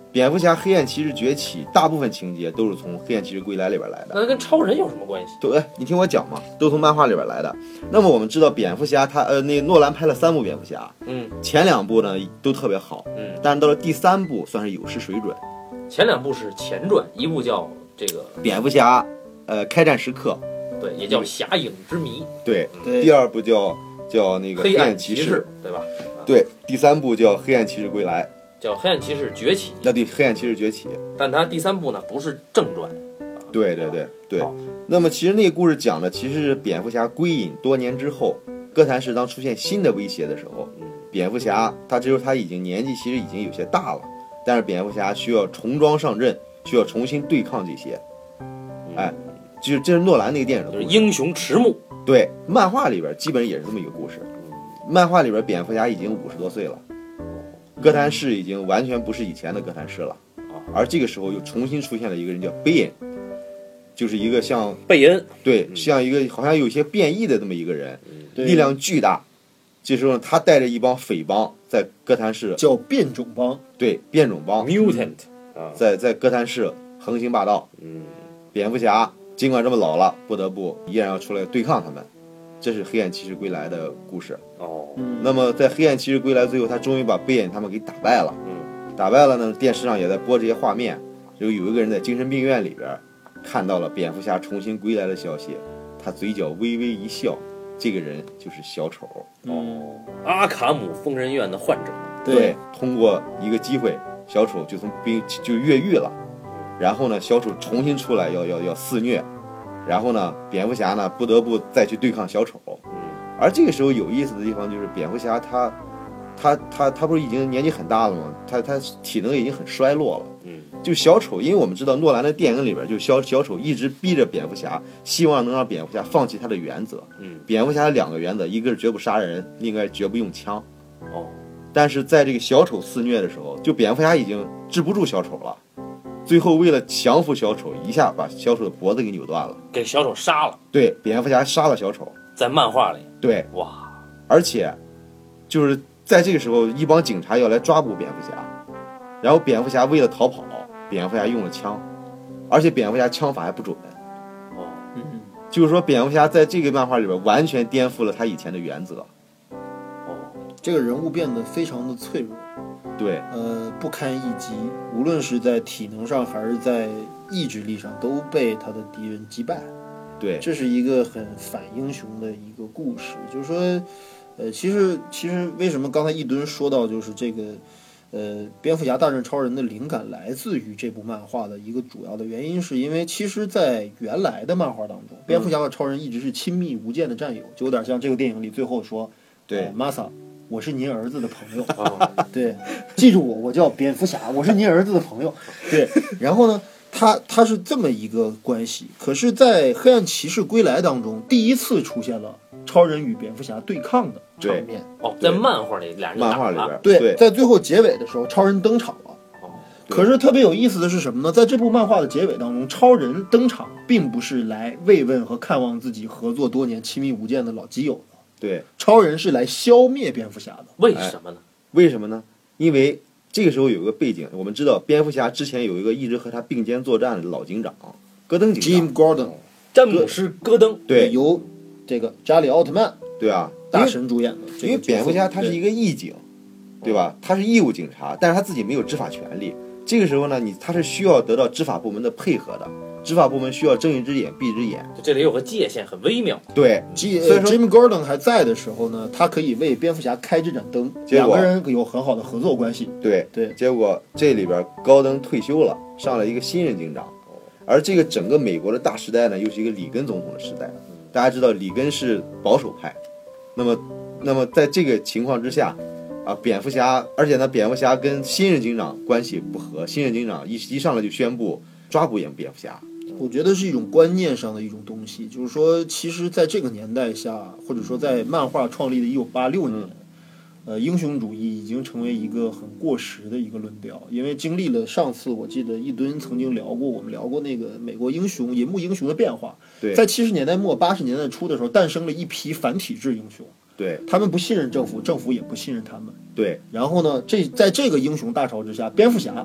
蝙蝠侠黑暗骑士崛起大部分情节都是从黑暗骑士归来里边来的。 那跟超人有什么关系？ 对，你听我讲嘛，都从漫画里边来的。那么我们知道蝙蝠侠他那诺兰拍了3部蝙蝠侠，前2部呢都特别好，但是到了第3部算是有失水准。 前2部是前传，一部叫这个蝙蝠侠开战时刻， 对，也叫侠影之谜， 对，第2部叫那个黑暗骑士，对吧？ 对，第3部叫黑暗骑士归来， 叫黑暗骑士崛起。 那对，黑暗骑士崛起， 但它第3部呢不是正传。 对。那么其实那个故事讲的其实是蝙蝠侠归隐多年之后，哥谭市当出现新的威胁的时候，蝙蝠侠他这时候他已经年纪其实已经有些大了，但是蝙蝠侠需要重装上阵，需要重新对抗这些。就是这是诺兰那个电影的故事， 就是英雄迟暮。 对，漫画里边基本也是这么一个故事。漫画里边蝙蝠侠已经50多岁了，哥谭市已经完全不是以前的哥谭市了，而这个时候又重新出现了一个人叫贝恩，就是一个像贝恩， 对，像一个好像有些变异的这么一个人，力量巨大。这时候他带着一帮匪帮在哥谭市， 叫变种帮， 对，变种帮 mutant， 在哥谭市横行霸道。蝙蝠侠尽管这么老了，不得不依然要出来对抗他们。这是黑暗骑士归来的故事。那么在黑暗骑士归来最后，他终于把贝恩他们给打败了。打败了呢，电视上也在播这些画面，就有一个人在精神病院里边看到了蝙蝠侠重新归来的消息，他嘴角微微一笑，这个人就是小丑。 阿卡姆疯人院的患者。 对，通过一个机会，小丑就从就越狱了。然后呢，小丑重新出来要肆虐，然后呢，蝙蝠侠呢不得不再去对抗小丑。而这个时候有意思的地方就是蝙蝠侠他不是已经年纪很大了吗？他体能已经很衰落了。就小丑，因为我们知道诺兰的电影里边，就小丑一直逼着蝙蝠侠，希望能让蝙蝠侠放弃他的原则。蝙蝠侠的2个原则，一个是绝不杀人，另外绝不用枪。但是在这个小丑肆虐的时候，就蝙蝠侠已经治不住小丑了。最后为了降服小丑，一下把小丑的脖子给扭断了， 给小丑杀了。 对，蝙蝠侠杀了小丑， 在漫画里。 对， 哇！ 而且就是在这个时候，一帮警察要来抓捕蝙蝠侠，然后蝙蝠侠为了逃跑，蝙蝠侠用了枪，而且蝙蝠侠枪法还不准。就是说蝙蝠侠在这个漫画里边完全颠覆了他以前的原则。 这个人物变得非常的脆弱。 对， 不堪一击，无论是在体能上还是在意志力上，都被他的敌人击败。 对， 这是一个很反英雄的一个故事。就是说，其实为什么刚才一吨说到，就是这个，蝙蝠侠大战超人的灵感来自于这部漫画的一个主要的原因，是因为其实，在原来的漫画当中，蝙蝠侠和超人一直是亲密无间的战友，就有点像这个电影里最后说， 对 ，Masa。我是您儿子的朋友，对，记住我叫蝙蝠侠，我是您儿子的朋友，对。然后呢，他是这么一个关系。可是，在黑暗骑士归来当中，第一次出现了超人与蝙蝠侠对抗的场面。 在漫画里俩人漫画里边， 对，在最后结尾的时候，超人登场了。可是特别有意思的是什么呢？在这部漫画的结尾当中，超人登场并不是来慰问和看望自己合作多年、亲密无间的老基友。 对， 超人是来消灭蝙蝠侠的。 为什么呢？ 为什么呢？因为这个时候有个背景，我们知道蝙蝠侠之前有一个一直和他并肩作战的老警长戈登警长 Jim Gordon， 詹姆斯·戈登， 对， 由这个加里奥特曼对啊大神主演的。 因为蝙蝠侠他是一个义警，对吧？他是义务警察，但是他自己没有执法权利。这个时候呢，他是需要得到执法部门的配合的。执法部门需要睁一只眼闭一只眼， 这里有个界限很微妙。 对 ，Jim Gordon 还在的时候呢，他可以为蝙蝠侠开这盏灯，两个人有很好的合作关系。 对，结果这里边高登退休了，上了一个新任警长，而这个整个美国的大时代呢，又是一个里根总统的时代。大家知道里根是保守派，那么在这个情况之下，蝙蝠侠，而且呢，蝙蝠侠跟新任警长关系不和，新任警长一上来就宣布抓捕蝙蝠侠。 我觉得是一种观念上的一种东西，就是说，其实在这个年代下，或者说在漫画创立的1986年，英雄主义已经成为一个很过时的一个论调，因为经历了上次我记得一吨曾经我们聊过那个美国银幕英雄的变化，在70年代末80年代初的时候，诞生了一批反体制英雄， 对， 他们不信任政府，政府也不信任他们， 对， 然后呢，在这个英雄大潮之下，蝙蝠侠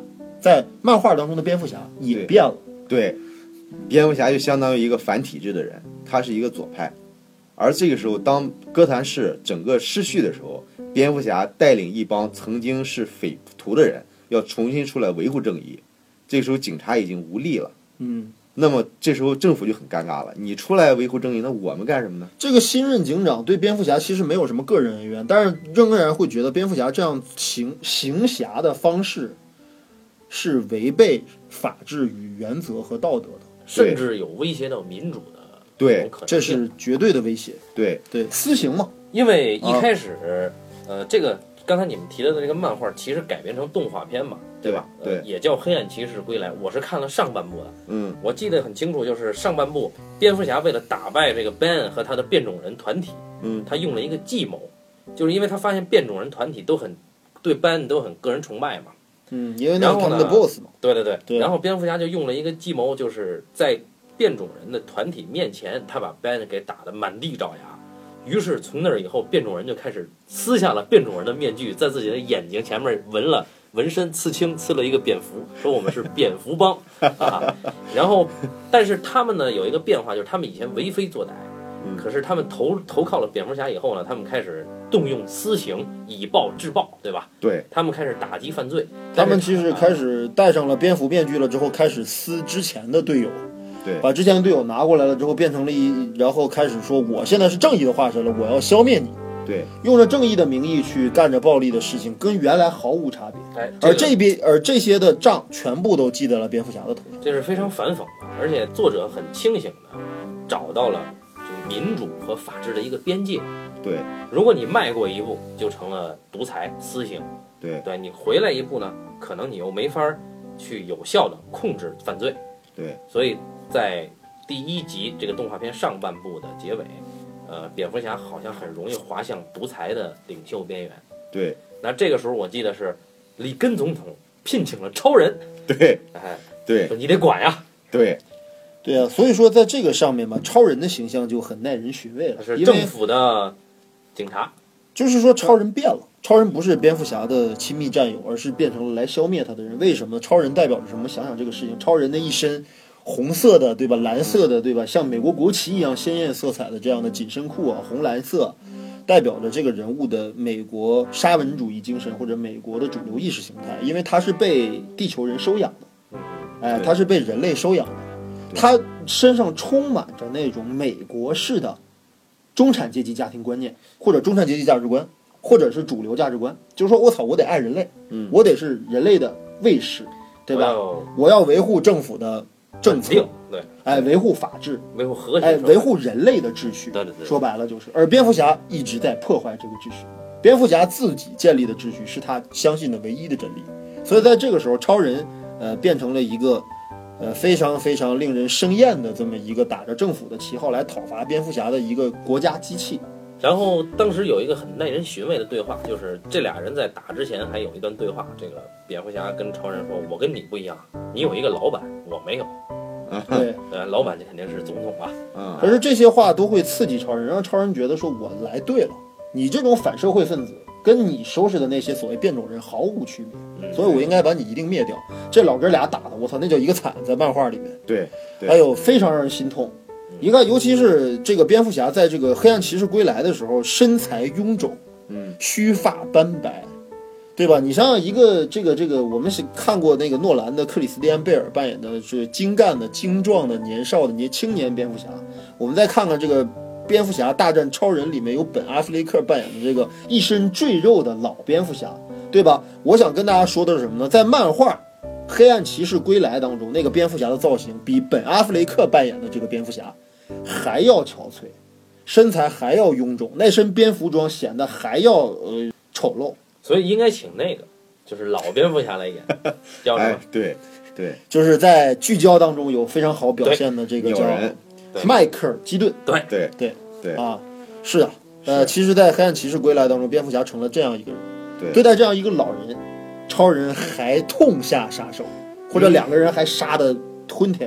在漫画当中的蝙蝠侠也变了。 对，蝙蝠侠就相当于一个反体制的人，他是一个左派。而这个时候，当哥谭市整个失序的时候，蝙蝠侠带领一帮曾经是匪徒的人，要重新出来维护正义。这个时候，警察已经无力了。那么这时候政府就很尴尬了，你出来维护正义，那我们干什么呢？ 这个新任警长对蝙蝠侠其实没有什么个人恩怨，但是仍然会觉得蝙蝠侠这样行侠的方式是违背法治与原则和道德的， 甚至有威胁到民主的对， 这是绝对的威胁。 对， 私刑嘛。 因为一开始，这个刚才你们提到的这个漫画其实改编成动画片嘛，对吧？ 对， 也叫《黑暗骑士归来》，我是看了上半部的。我记得很清楚，就是上半部蝙蝠侠为了打败这个 Ben 和他的变种人团体，他用了一个计谋，就是因为他发现变种人团体都很对 Ben 都很个人崇拜嘛。 因为那是他们的 boss 嘛。 对。然后蝙蝠侠就用了一个计谋，就是在变种人的团体面前，他把 Ben 给打得满地找牙。于是从那以后，变种人就开始撕下了变种人的面具，在自己的眼睛前面纹身刺青，刺了一个蝙蝠，说我们是蝙蝠帮啊。然后，但是他们呢有一个变化，就是他们以前为非作歹，可是他们投靠了蝙蝠侠以后呢，他们开始动用私刑，以暴制暴，对吧？ 对， 他们开始打击犯罪。 他们其实开始戴上了蝙蝠面具了之后，开始撕之前的队友。 对， 把之前的队友拿过来了之后，变成了然后开始说我现在是正义的化身了，我要消灭你。 对， 用着正义的名义去干着暴力的事情，跟原来毫无差别。而这些的账全部都记在了蝙蝠侠的头上， 这是非常反讽的。而且作者很清醒的找到了就民主和法治的一个边界。 对， 如果你迈过一步，就成了独裁私刑。 对， 你回来一步呢，可能你又没法去有效的控制犯罪。 对， 所以在第一集这个动画片上半部的结尾，蝙蝠侠好像很容易滑向独裁的领袖边缘。 对， 那这个时候我记得是里根总统聘请了超人。 对， 对，说你得管呀。 对啊，所以说在这个上面嘛，超人的形象就很耐人寻味了。 是政府的警察， 就是说超人变了。超人不是蝙蝠侠的亲密战友，而是变成了来消灭他的人。为什么？超人代表着什么？想想这个事情，超人的一身红色的，对吧？蓝色的，对吧？像美国国旗一样鲜艳色彩的这样的紧身裤啊，红蓝色，代表着这个人物的美国沙文主义精神或者美国的主流意识形态。因为他是被地球人收养的，他是被人类收养的，他身上充满着那种美国式的中产阶级家庭观念，或者中产阶级价值观。或者是主流价值观，就是说我操，我得爱人类，我得是人类的卫士，对吧？我要维护政府的政策， 对， 维护法治， 维护和谐， 维护人类的秩序。 对， 说白了就是，而蝙蝠侠一直在破坏这个秩序。蝙蝠侠自己建立的秩序是他相信的唯一的真理，所以在这个时候，超人变成了一个非常非常令人生厌的这么一个打着政府的旗号来讨伐蝙蝠侠的一个国家机器。 然后当时有一个很耐人寻味的对话，就是这俩人在打之前还有一段对话。这个蝙蝠侠跟超人说：“我跟你不一样，你有一个老板，我没有。” 对， 老板这肯定是总统吧？ 可是这些话都会刺激超人，让超人觉得说：“我来对了，你这种反社会分子跟你收拾的那些所谓变种人毫无区别，所以我应该把你一定灭掉。”这老哥俩打的，我操，那叫一个惨，在漫画里面。 对， 还有非常让人心痛。你看，尤其是这个蝙蝠侠在这个黑暗骑士归来的时候，身材臃肿，须发斑白，对吧？你想想一个这个，我们是看过那个诺兰的克里斯蒂安贝尔扮演的是精干的、精壮的、年少的青年蝙蝠侠，我们再看看这个蝙蝠侠大战超人里面有本阿弗雷克扮演的这个一身赘肉的老蝙蝠侠，对吧？我想跟大家说的是什么呢？在漫画黑暗骑士归来当中，那个蝙蝠侠的造型比本阿弗雷克扮演的这个蝙蝠侠还要憔悴，身材还要臃肿，那身蝙蝠装显得还要丑陋， 所以应该请那个就是老蝙蝠侠来演，叫什么？ 对， 就是在聚焦当中有非常好表现的这个叫迈克尔基顿。 对啊，是啊，其实，在黑暗骑士归来当中，蝙蝠侠成了这样一个人， 对待这样一个老人，超人还痛下杀手，或者两个人还杀得昏天黑地。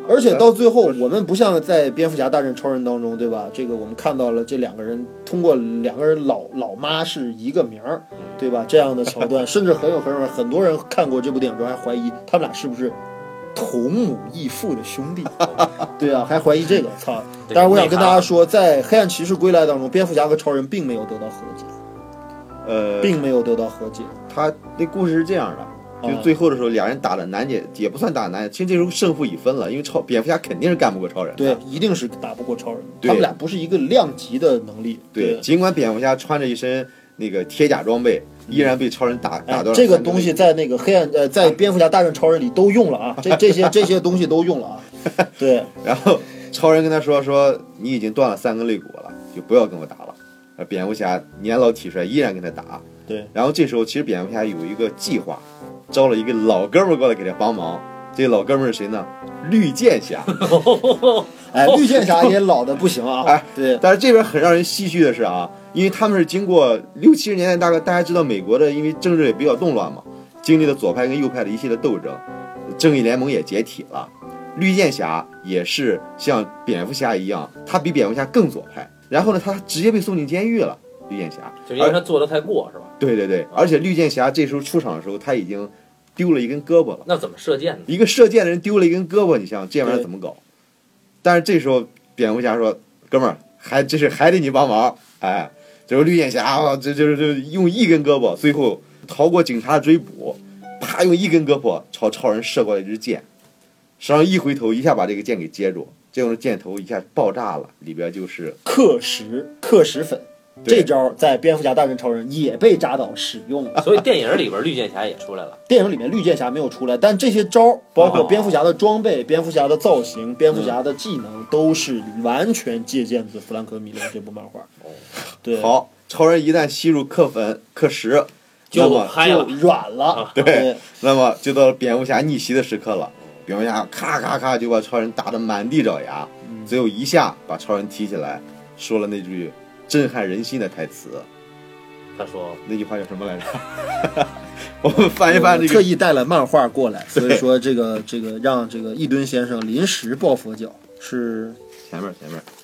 而且到最后，我们不像在蝙蝠侠大战超人当中，对吧？这个我们看到了这两个人通过两个人老妈是一个名儿，对吧？这样的桥段，甚至很多人看过这部电影之后还怀疑他们俩是不是同母异父的兄弟，对啊，还怀疑这个，操！但是我想跟大家说，在《黑暗骑士归来》当中，蝙蝠侠和超人并没有得到和解，并没有得到和解。 他那故事是这样的，就最后的时候，俩人打的难解，也不算打的难解，其实这时候胜负已分了，因为蝙蝠侠肯定是干不过超人的， 对，一定是打不过超人，他们俩不是一个量级的能力。 对，尽管蝙蝠侠穿着一身那个铁甲装备，依然被超人打断了。 这个东西在那个在蝙蝠侠大战超人里都用了啊，这些东西都用了啊。对， 然后超人跟他说你已经断了3根肋骨了，就不要跟我打了。蝙蝠侠年老体衰，依然跟他打。 对， 然后这时候其实蝙蝠侠有一个计划，招了一个老哥们过来给他帮忙。这个老哥们是谁呢？绿箭侠。 哎，绿箭侠也老的不行啊。 哎， 对。 但是这边很让人唏嘘的是啊，因为他们是经过60、70年代，大家知道美国的，因为政治也比较动乱嘛，经历了左派跟右派的一系列斗争，正义联盟也解体了。绿箭侠也是像蝙蝠侠一样，他比蝙蝠侠更左派。然后呢，他直接被送进监狱了。绿箭侠就因为他做的太过，是吧？ 对，而且绿箭侠这时候出场的时候，他已经丢了一根胳膊了。 那怎么射箭呢？ 一个射箭的人丢了一根胳膊，你想这玩意儿怎么搞？但是这时候蝙蝠侠说：“哥们儿，还得你帮忙。”哎，这时候绿箭侠啊，这用一根胳膊，最后逃过警察的追捕，啪用一根胳膊朝超人射过来一支箭，手上一回头，一下把这个箭给接住，这种箭头一下爆炸了，里边就是克什粉。这招在蝙蝠侠大战超人也被扎导使用了， 所以电影里边绿箭侠也出来了。 电影里面绿箭侠没有出来，但这些招包括蝙蝠侠的装备、蝙蝠侠的造型、蝙蝠侠的技能，都是完全借鉴自弗兰克·米勒这部漫画。对， 好，超人一旦吸入克什， 就嗨了， 就软了。 对，那么就到了蝙蝠侠逆袭的时刻了。蝙蝠侠咔咔咔就把超人打得满地找牙，最后一下把超人提起来，说了那句震撼人心的台词。 他说那句话叫什么来着？我们翻一翻这个， 特意带了漫画过来，所以说这个让这个一吨先生临时抱佛脚是前面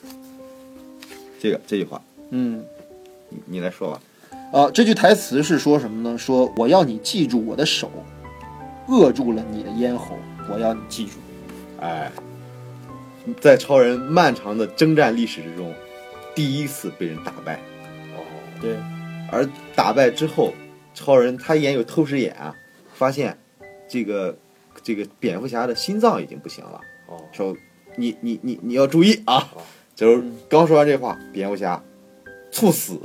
这句话，你来说吧。 这句台词是说什么呢？说我要你记住我的手，扼住了你的咽喉，我要你记住。 哎，在超人漫长的征战历史之中，第一次被人打败。 对。 而打败之后，超人他眼有透视眼啊，发现这个蝙蝠侠的心脏已经不行了。说你要注意啊！就是刚说完这话，蝙蝠侠猝死，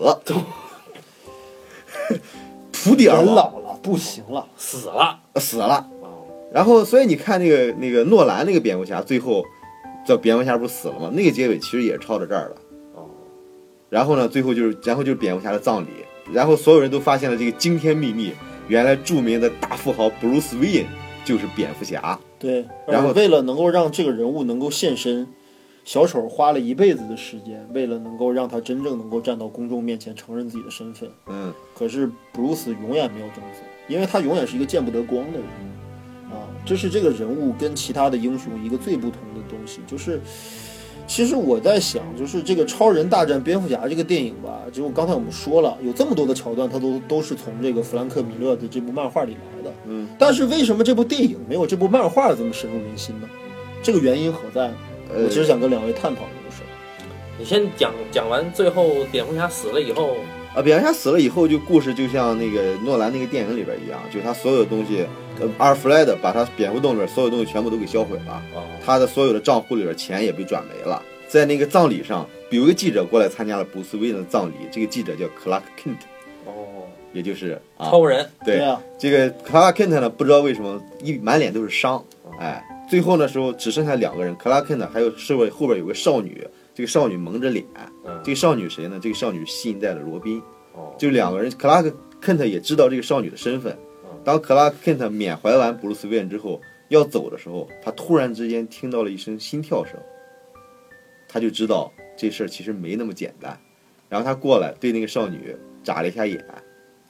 铺地而亡， 人老了不行了， 死了。 然后所以你看那个诺兰那个蝙蝠侠，最后这蝙蝠侠不是死了吗？那个结尾其实也是抄到这儿了。然后呢，最后就是蝙蝠侠的葬礼，然后所有人都发现了这个惊天秘密，原来著名的大富豪布鲁斯·韦恩就是蝙蝠侠。 对，然后为了能够让这个人物能够现身，小丑花了一辈子的时间，为了能够让他真正能够站到公众面前承认自己的身份。可是布鲁斯永远没有这么做，因为他永远是一个见不得光的人啊。这是这个人物跟其他的英雄一个最不同的东西，就是其实我在想，就是这个超人大战蝙蝠侠这个电影吧，就刚才我们说了，有这么多的桥段，它都是从这个弗兰克·米勒的这部漫画里来的。但是为什么这部电影没有这部漫画这么深入人心呢？这个原因何在呢？我其实想跟两位探讨这个事儿。 你先讲完，最后蝙蝠侠死了以后， 蝙蝠侠死了以后，就故事就像那个诺兰那个电影里边一样，就他所有的东西，阿尔弗莱德把他蝙蝠洞里边所有东西全部都给销毁了，他的所有的账户里边钱也被转没了。在那个葬礼上，有一个记者过来参加了布鲁斯·韦恩的葬礼，这个记者叫克拉克·肯特，也就是超人。 对啊，这个克拉克·肯特呢，不知道为什么满脸都是伤，最后的时候只剩下2个人，克拉克·肯特还有后边有个少女，这个少女蒙着脸，这个少女谁呢？这个少女是新一代的罗宾，就2个人，克拉克·肯特也知道这个少女的身份。当克拉克·肯特缅怀完布鲁斯·韦恩之后要走的时候，他突然之间听到了一声心跳声，他就知道这事儿其实没那么简单。然后他过来对那个少女眨了一下眼，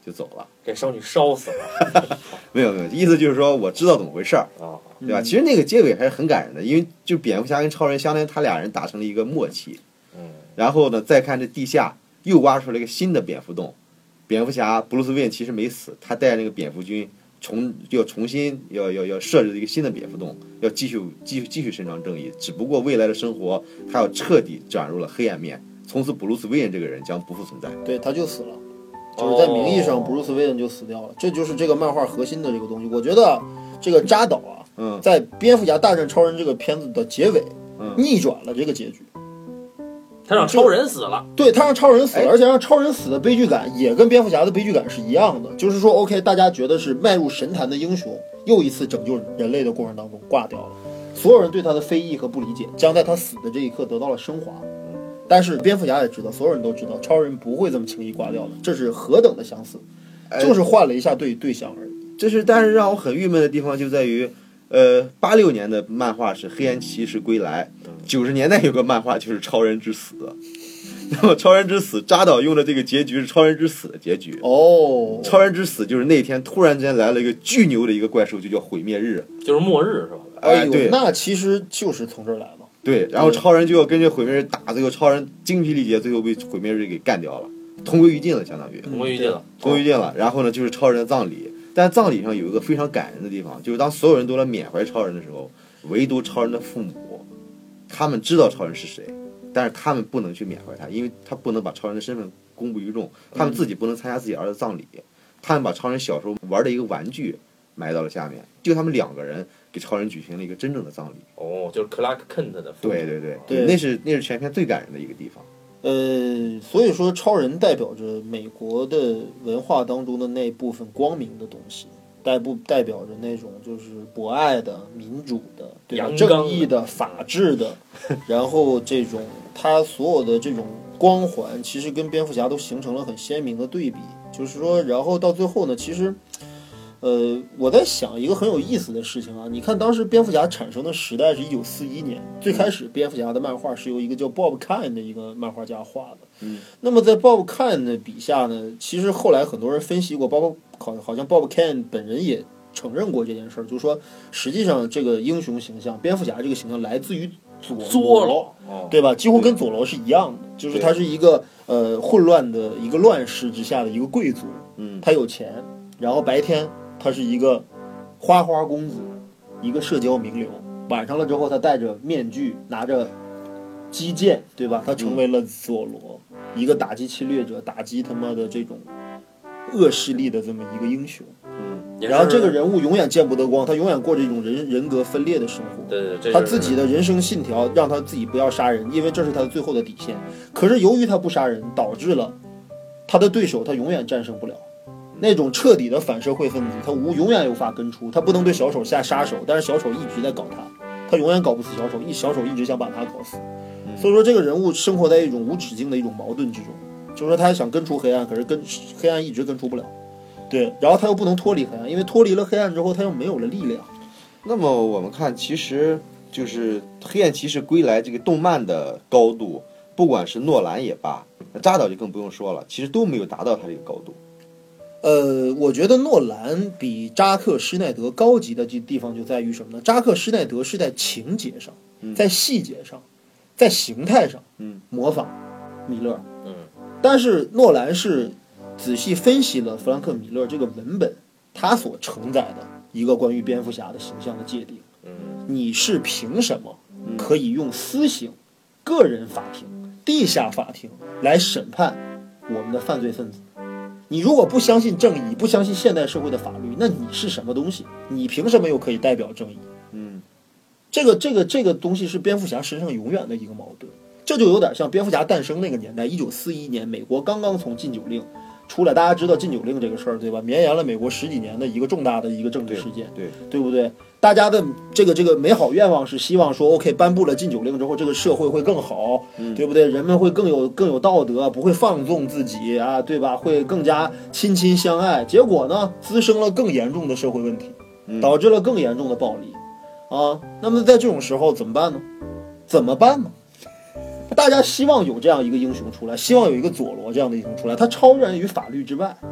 就走了。 给少女烧死了没有，意思就是说我知道怎么回事儿， 啊！ 对吧？其实那个结尾还是很感人的，因为就蝙蝠侠跟超人相当于他俩人达成了一个默契。然后呢，再看这地下又挖出来一个新的蝙蝠洞，蝙蝠侠布鲁斯·韦恩其实没死，他带那个蝙蝠军重新要设置一个新的蝙蝠洞，要继续伸张正义。只不过未来的生活他要彻底转入了黑暗面，从此布鲁斯·韦恩这个人将不复存在。 对，他就死了，就是在名义上，布鲁斯·韦恩就死掉了。这就是这个漫画核心的这个东西。我觉得这个扎导啊，在《蝙蝠侠大战超人》这个片子的结尾，逆转了这个结局。 他让超人死了， 对，他让超人死了，而且让超人死的悲剧感也跟蝙蝠侠的悲剧感是一样的，就是说 OK， 大家觉得是迈入神坛的英雄，又一次拯救人类的过程当中挂掉了，所有人对他的非议和不理解将在他死的这一刻得到了升华。但是蝙蝠侠也知道，所有人都知道，超人不会这么轻易挂掉的，这是何等的相似，就是换了一下对象而已。 但是让我很郁闷的地方就在于，86年的漫画是《黑暗骑士归来》，90年代有个漫画就是《超人之死》。那么《超人之死》扎导用的这个结局是《超人之死》的结局。 哦， 超人之死就是那天突然之间来了一个巨牛的一个怪兽，就叫毁灭日， 就是末日是吧？ 哎呦， 对， 那其实就是从这儿来的。 对，然后超人就要跟这毁灭日打，最后超人精疲力竭，最后被毁灭日给干掉了，同归于尽了，相当于同归于尽了， 同归于尽了。然后呢，就是超人的葬礼。但葬礼上有一个非常感人的地方，就是当所有人都来缅怀超人的时候，唯独超人的父母，他们知道超人是谁，但是他们不能去缅怀他，因为他不能把超人的身份公布于众，他们自己不能参加自己儿子葬礼，他们把超人小时候玩的一个玩具埋到了下面，就他们2个人给超人举行了一个真正的葬礼。 哦，就是克拉克肯特的父母。 对，那是全片最感人的一个地方。 所以说超人代表着美国的文化当中的那部分光明的东西，代表着那种就是博爱的、民主的、对吧？正义的、法治的，然后这种他所有的这种光环，其实跟蝙蝠侠都形成了很鲜明的对比。就是说，然后到最后呢，其实。我在想一个很有意思的事情啊，你看当时蝙蝠侠产生的时代是1941年，最开始蝙蝠侠的漫画是由一个叫 Bob Kane 的一个漫画家画的。那么在 Bob Kane 的笔下呢，其实后来很多人分析过，包括好像 Bob Kane 本人也承认过这件事儿，就是说实际上这个英雄形象，蝙蝠侠这个形象来自于佐罗，对吧？几乎跟佐罗是一样的，就是他是一个混乱的一个乱世之下的一个贵族，他有钱，然后白天他是一个花花公子，一个社交名流。晚上了之后，他戴着面具，拿着击剑，对吧？他成为了佐罗，一个打击侵略者，打击他妈的这种恶势力的这么一个英雄。然后这个人物永远见不得光，他永远过着一种人格分裂的生活。 对， 他自己的人生信条让他自己不要杀人，因为这是他最后的底线。可是由于他不杀人，导致了他的对手他永远战胜不了。那种彻底的反社会分子，他永远无法根除，他不能对小丑下杀手，但是小丑一直在搞他永远搞不死小丑，小丑一直想把他搞死。所以说这个人物生活在一种无止境的一种矛盾之中，就是说他想根除黑暗，可是黑暗一直根除不了。对，然后他又不能脱离黑暗，因为脱离了黑暗之后，他又没有了力量。 那么我们看，其实就是《黑暗骑士归来》这个动漫的高度，不管是诺兰也罢，扎导就更不用说了，其实都没有达到他这个高度。 我觉得诺兰比扎克施耐德高级的地方就在于什么呢？扎克施耐德是在情节上，在细节上，在形态上，模仿米勒，但是诺兰是仔细分析了弗兰克·米勒这个文本，他所承载的一个关于蝙蝠侠的形象的界定。你是凭什么可以用私刑、个人法庭、地下法庭来审判我们的犯罪分子？你如果不相信正义，不相信现代社会的法律，那你是什么东西？你凭什么又可以代表正义？这个东西是蝙蝠侠身上永远的一个矛盾。这就有点像蝙蝠侠诞生那个年代，1941年，美国刚刚从禁酒令出来，大家知道禁酒令这个事儿，对吧？绵延了美国10几年的一个重大的一个政治事件，对不对？大家的这个美好愿望是希望说 ，OK， 颁布了禁酒令之后，这个社会会更好，对不对？人们会更有道德，不会放纵自己啊，对吧？会更加亲相爱。结果呢，滋生了更严重的社会问题，导致了更严重的暴力啊。那么在这种时候怎么办呢？大家希望有这样一个英雄出来，希望有一个佐罗这样的英雄出来，他超然于法律之外，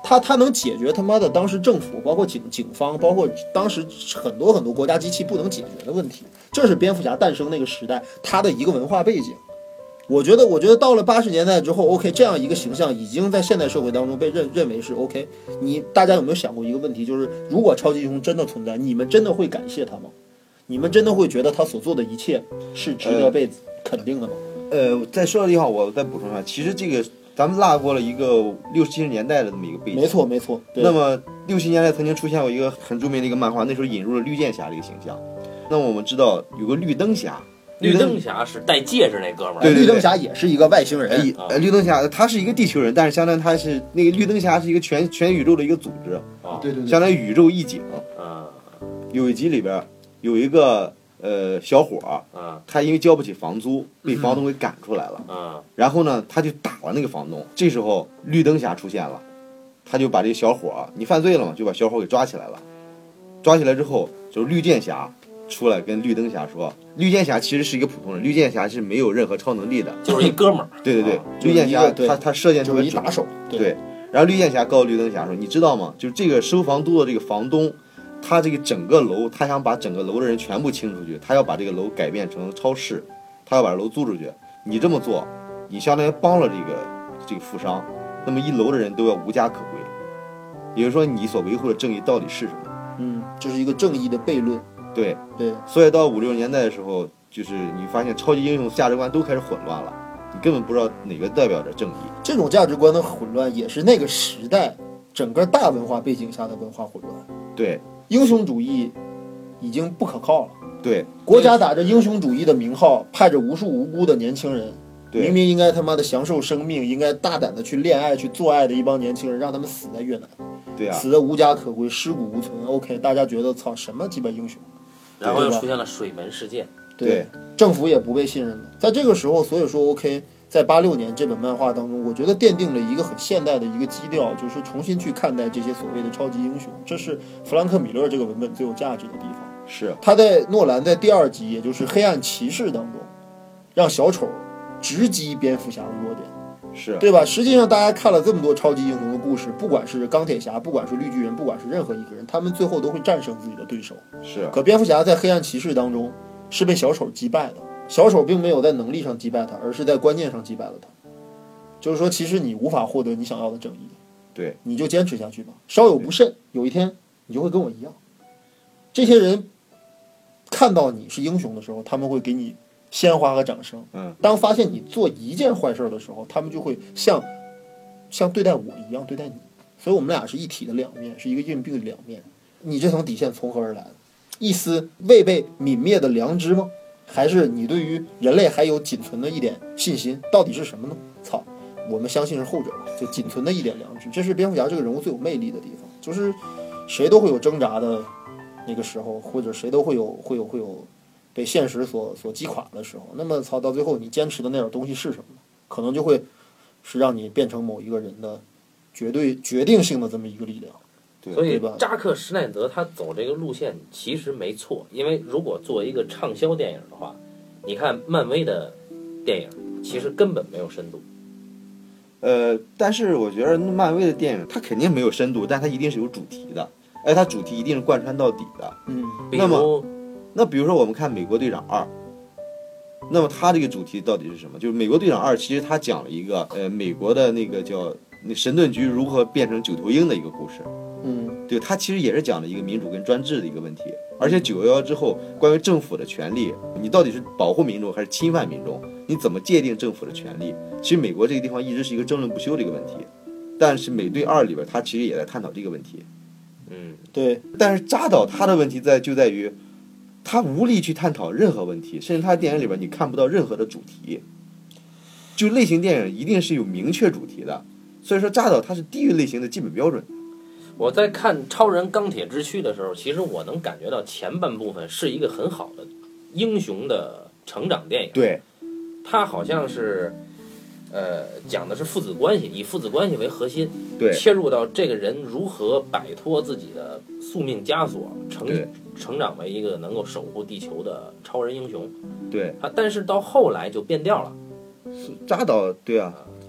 他能解决他妈的当时政府包括警方包括当时很多国家机器不能解决的问题，这是蝙蝠侠诞生那个时代他的一个文化背景。我觉得到了80年代之后 ，OK， 这样一个形象已经在现代社会当中被认为是 OK。大家有没有想过一个问题，就是如果超级英雄真的存在，你们真的会感谢他吗？你们真的会觉得他所做的一切是值得被肯定的吗？ 在说的地方我再补充一下，其实这个咱们落过了一个60、70年代的这么一个背景。 没错。 那么60、70年代曾经出现过一个很著名的一个漫画，那时候引入了绿箭侠这个形象。那么我们知道有个绿灯侠。 绿灯侠是戴戒指那哥们儿， 对，绿灯侠也是一个外星人。 绿灯侠他是一个地球人，但是相当于他是那个绿灯侠是一个全宇宙的一个组织。 对， 相当于宇宙义警。有一集里边有一个小伙他因为交不起房租，被房东给赶出来了。然后呢，他就打了那个房东。这时候绿灯侠出现了，他就把这个小伙你犯罪了嘛，就把小伙给抓起来了。抓起来之后，就是绿箭侠出来跟绿灯侠说，绿箭侠其实是一个普通人，绿箭侠是没有任何超能力的， 就是一哥们儿。 对，绿箭侠他射箭就是一打手。 对，然后绿箭侠告诉绿灯侠说，你知道吗？就是这个收房租的这个房东，他这个整个楼，他想把整个楼的人全部清出去，他要把这个楼改变成超市，他要把楼租出去。你这么做，你相当于帮了这个富商，那么一楼的人都要无家可归。也就是说，你所维护的正义到底是什么？ 这是一个正义的悖论。 对， 所以到50、60年代的时候，就是你发现超级英雄价值观都开始混乱了，你根本不知道哪个代表着正义。 这种价值观的混乱，也是那个时代整个大文化背景下的文化混乱。 对， 英雄主义已经不可靠了。 对， 国家打着英雄主义的名号，派着无数无辜的年轻人，明明应该他妈的享受生命，应该大胆的去恋爱、去做爱的一帮年轻人，让他们死在越南。 对啊， 死的无家可归，尸骨无存。OK， 大家觉得操什么鸡巴英雄？ 然后又出现了水门事件。 对，政府也不被信任了。在这个时候，所以说 OK， 在86年这本漫画当中，我觉得奠定了一个很现代的一个基调，就是重新去看待这些所谓的超级英雄。这是弗兰克·米勒这个文本最有价值的地方。 是他在诺兰在第2集，也就是《黑暗骑士》当中，让小丑直击蝙蝠侠的弱点。 是对吧？实际上，大家看了这么多超级英雄的故事，不管是钢铁侠，不管是绿巨人，不管是任何一个人，他们最后都会战胜自己的对手。 是。 可蝙蝠侠在黑暗骑士当中是被小丑击败的，小丑并没有在能力上击败他，而是在观念上击败了他。就是说，其实你无法获得你想要的正义， 对， 你就坚持下去吧。稍有不慎，有一天你就会跟我一样。这些人看到你是英雄的时候，他们会给你鲜花和掌声。当发现你做一件坏事的时候，他们就会像对待我一样对待你。所以我们俩是一体的两面，是一个硬币的两面。你这层底线从何而来？一丝未被泯灭的良知吗？还是你对于人类还有仅存的一点信心？到底是什么呢？操，我们相信是后者吧，就仅存的一点良知。这是蝙蝠侠这个人物最有魅力的地方，就是谁都会有挣扎的那个时候，或者谁都会有被现实所击垮的时候。那么操，到最后你坚持的那点东西是什么呢？可能就会是让你变成某一个人的决定性的这么一个力量。 所以扎克施耐德他走这个路线其实没错，因为如果作为一个畅销电影的话，你看漫威的电影其实根本没有深度。 但是我觉得漫威的电影它肯定没有深度，但它一定是有主题的，它主题一定是贯穿到底的。那比如说我们看美国队长2，那么它这个主题到底是什么？就是美国队长2其实它讲了一个美国的那个叫神盾局如何变成九头鹰的一个故事。对，它其实也是讲了一个民主跟专制的一个问题。而且911之后，关于政府的权利，你到底是保护民众还是侵犯民众？你怎么界定政府的权利？其实美国这个地方一直是一个争论不休的一个问题。但是美队2里边，它其实也在探讨这个问题。 对。 但是扎导他的问题就在于，他无力去探讨任何问题，甚至他的电影里边你看不到任何的主题。就类型电影一定是有明确主题的，所以说扎导他是地狱类型的基本标准。 我在看超人钢铁之躯的时候，其实我能感觉到前半部分是一个很好的英雄的成长电影。 对， 它好像是讲的是父子关系，以父子关系为核心， 对， 切入到这个人如何摆脱自己的宿命枷锁，成长为一个能够守护地球的超人英雄。 对， 但是到后来就变调了。 扎导对啊，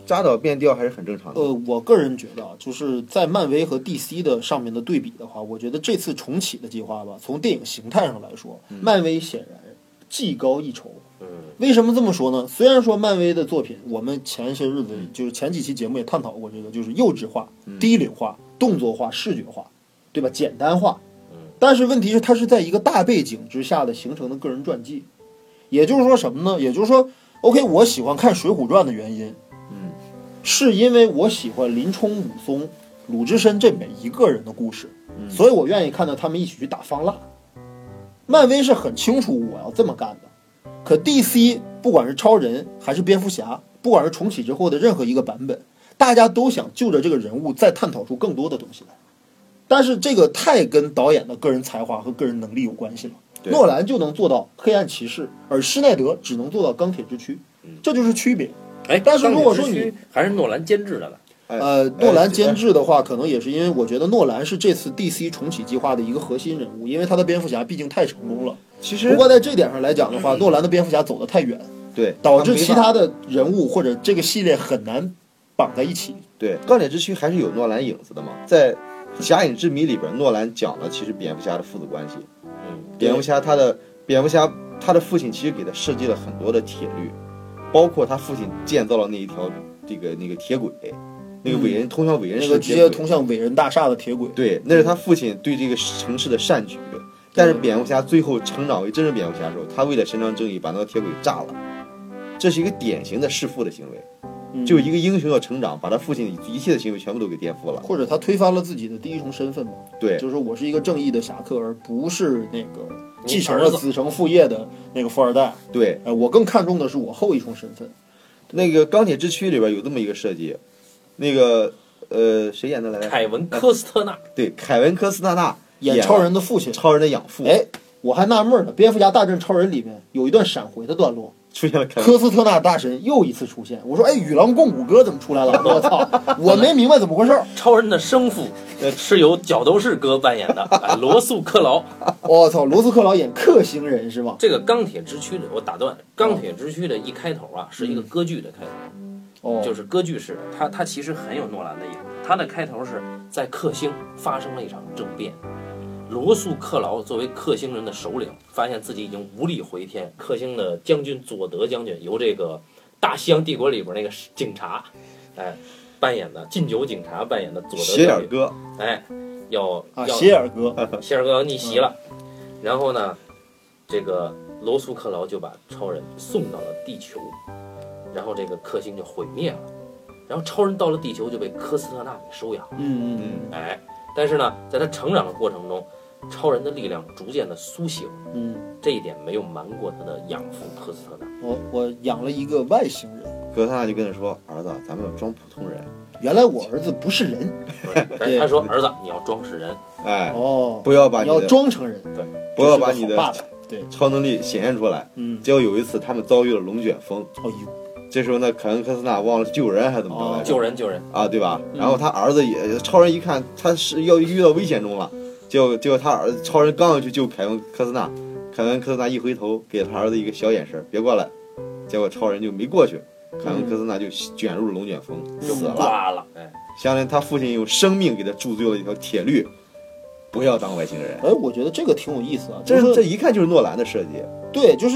扎导变调还是很正常的。 我个人觉得啊，就是在漫威和 DC 的上面的对比的话，我觉得这次重启的计划吧，从电影形态上来说，漫威显然技高一筹。为什么这么说呢？虽然说漫威的作品，我们前些日子就是前几期节目也探讨过这个，就是幼稚化、低龄化、动作化、视觉化，对吧？简单化。但是问题是，它是在一个大背景之下的形成的个人传记。也就是说什么呢？也就是说 ，OK， 我喜欢看《水浒传》的原因，是因为我喜欢林冲、武松、鲁智深这每一个人的故事，所以我愿意看到他们一起去打方腊。漫威是很清楚我要这么干的，可 DC 不管是超人还是蝙蝠侠，不管是重启之后的任何一个版本，大家都想就着这个人物再探讨出更多的东西来。但是这个太跟导演的个人才华和个人能力有关系了。诺兰就能做到黑暗骑士，而施耐德只能做到钢铁之躯，这就是区别。但是如果说你还是诺兰监制的呢？ 诺兰监制的话，可能也是因为我觉得诺兰是这次 DC 重启计划的一个核心人物，因为他的蝙蝠侠毕竟太成功了。 其实， 不过在这点上来讲的话，诺兰的蝙蝠侠走得太远， 对， 导致其他的人物或者这个系列很难绑在一起。 对，钢铁之躯还是有诺兰影子的嘛，在《侠影之谜》里边，诺兰讲了其实蝙蝠侠的父子关系。蝙蝠侠他的父亲其实给他设计了很多的铁律，包括他父亲建造了那一条那个铁轨，那个通向伟人市那个直接通向伟人大厦的铁轨。 对，那是他父亲对这个城市的善举。但是蝙蝠侠最后成长为真正蝙蝠侠的时候，他为了伸张正义把那个铁轨炸了，这是一个典型的弑父的行为。就一个英雄要成长，把他父亲一切的行为全部都给颠覆了， 或者他推翻了自己的第一重身份嘛？ 对， 就是我是一个正义的侠客，而不是那个继承了子承父业的那个富二代。 对， 我更看重的是我后一重身份。 那个钢铁之躯里边有这么一个设计，那个谁演的来着？ 凯文科斯特纳。 对，凯文科斯特纳演超人的父亲， 超人的养父。 哎，我还纳闷呢，蝙蝠侠大战超人里面有一段闪回的段落。 出现了科斯特纳大神又一次出现，我说哎，与狼共舞哥怎么出来了？我操，我没明白怎么回事。 超人的生父是由角斗士哥扮演的，罗素克劳。 我操，罗素克劳演克星人是吗？ 这个钢铁之躯的，我打断，钢铁之躯的一开头啊，是一个歌剧的开头，就是歌剧式的，它其实很有诺兰的影子。它的开头是在克星发生了一场政变。罗素克劳作为克星人的首领，发现自己已经无力回天。克星的将军佐德将军由这个大西洋帝国里边那个警察，扮演的禁酒警察扮演的佐德斜眼哥， 要斜眼哥， 斜眼哥要逆袭了。然后呢，这个罗素克劳就把超人送到了地球，然后这个克星就毁灭了。然后超人到了地球就被科斯特纳给收养。但是呢，在他成长的过程中，超人的力量逐渐的苏醒，这一点没有瞒过他的养父科斯特纳。 我养了一个外星人， 科斯特纳就跟他说：“儿子，咱们要装普通人。 原来我儿子不是人。” 他说：“儿子，你要装是人， 不要把你要装成人， 对，不要把你的对超能力显现出来。”结果有一次他们遭遇了龙卷风，这时候呢，凯文科斯纳忘了救人还是怎么着来着？ 救人啊，对吧？然后他儿子也，超人一看他是要遇到危险中了，结果他儿子超人刚要去救凯文科斯纳，凯文科斯纳一回头给他儿子一个小眼神，别过来，结果超人就没过去，凯文科斯纳就卷入了龙卷风，死了。相当于他父亲用生命给他铸就了一条铁律，不要当外星人。 我觉得这个挺有意思啊， 这一看就是诺兰的设计。 对，就是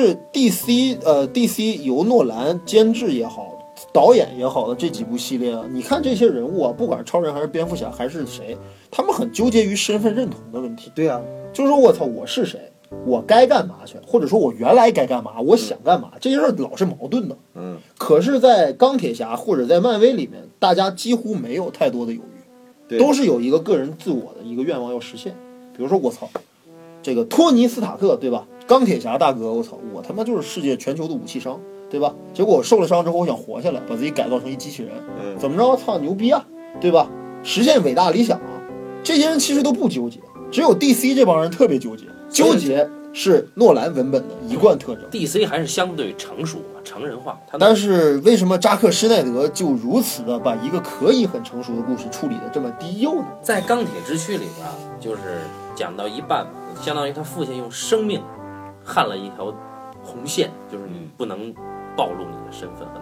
DC 由诺兰监制也好，导演也好的这几部系列啊，你看这些人物啊，不管是超人还是蝙蝠侠还是谁，他们很纠结于身份认同的问题。 对啊， 就是说我操，我是谁，我该干嘛去，或者说我原来该干嘛，我想干嘛，这些事儿老是矛盾的。可是，在钢铁侠或者在漫威里面，大家几乎没有太多的犹豫，都是有一个个人自我的一个愿望要实现。比如说，我操，这个托尼·斯塔克，对吧？钢铁侠大哥，我操，我他妈就是世界全球的武器商，对吧？结果我受了伤之后，我想活下来，把自己改造成一机器人，怎么着？操，牛逼啊，对吧？实现伟大理想啊！这些人其实都不纠结，只有 DC 这帮人特别纠结，纠结是诺兰文本的一贯特征。 DC 还是相对成熟嘛，成人化。 但是为什么扎克施耐德就如此的把一个可以很成熟的故事处理的这么低幼呢？ 在钢铁之躯里边，就是讲到一半，相当于他父亲用生命焊了一条红线，就是你不能暴露你的身份和能力。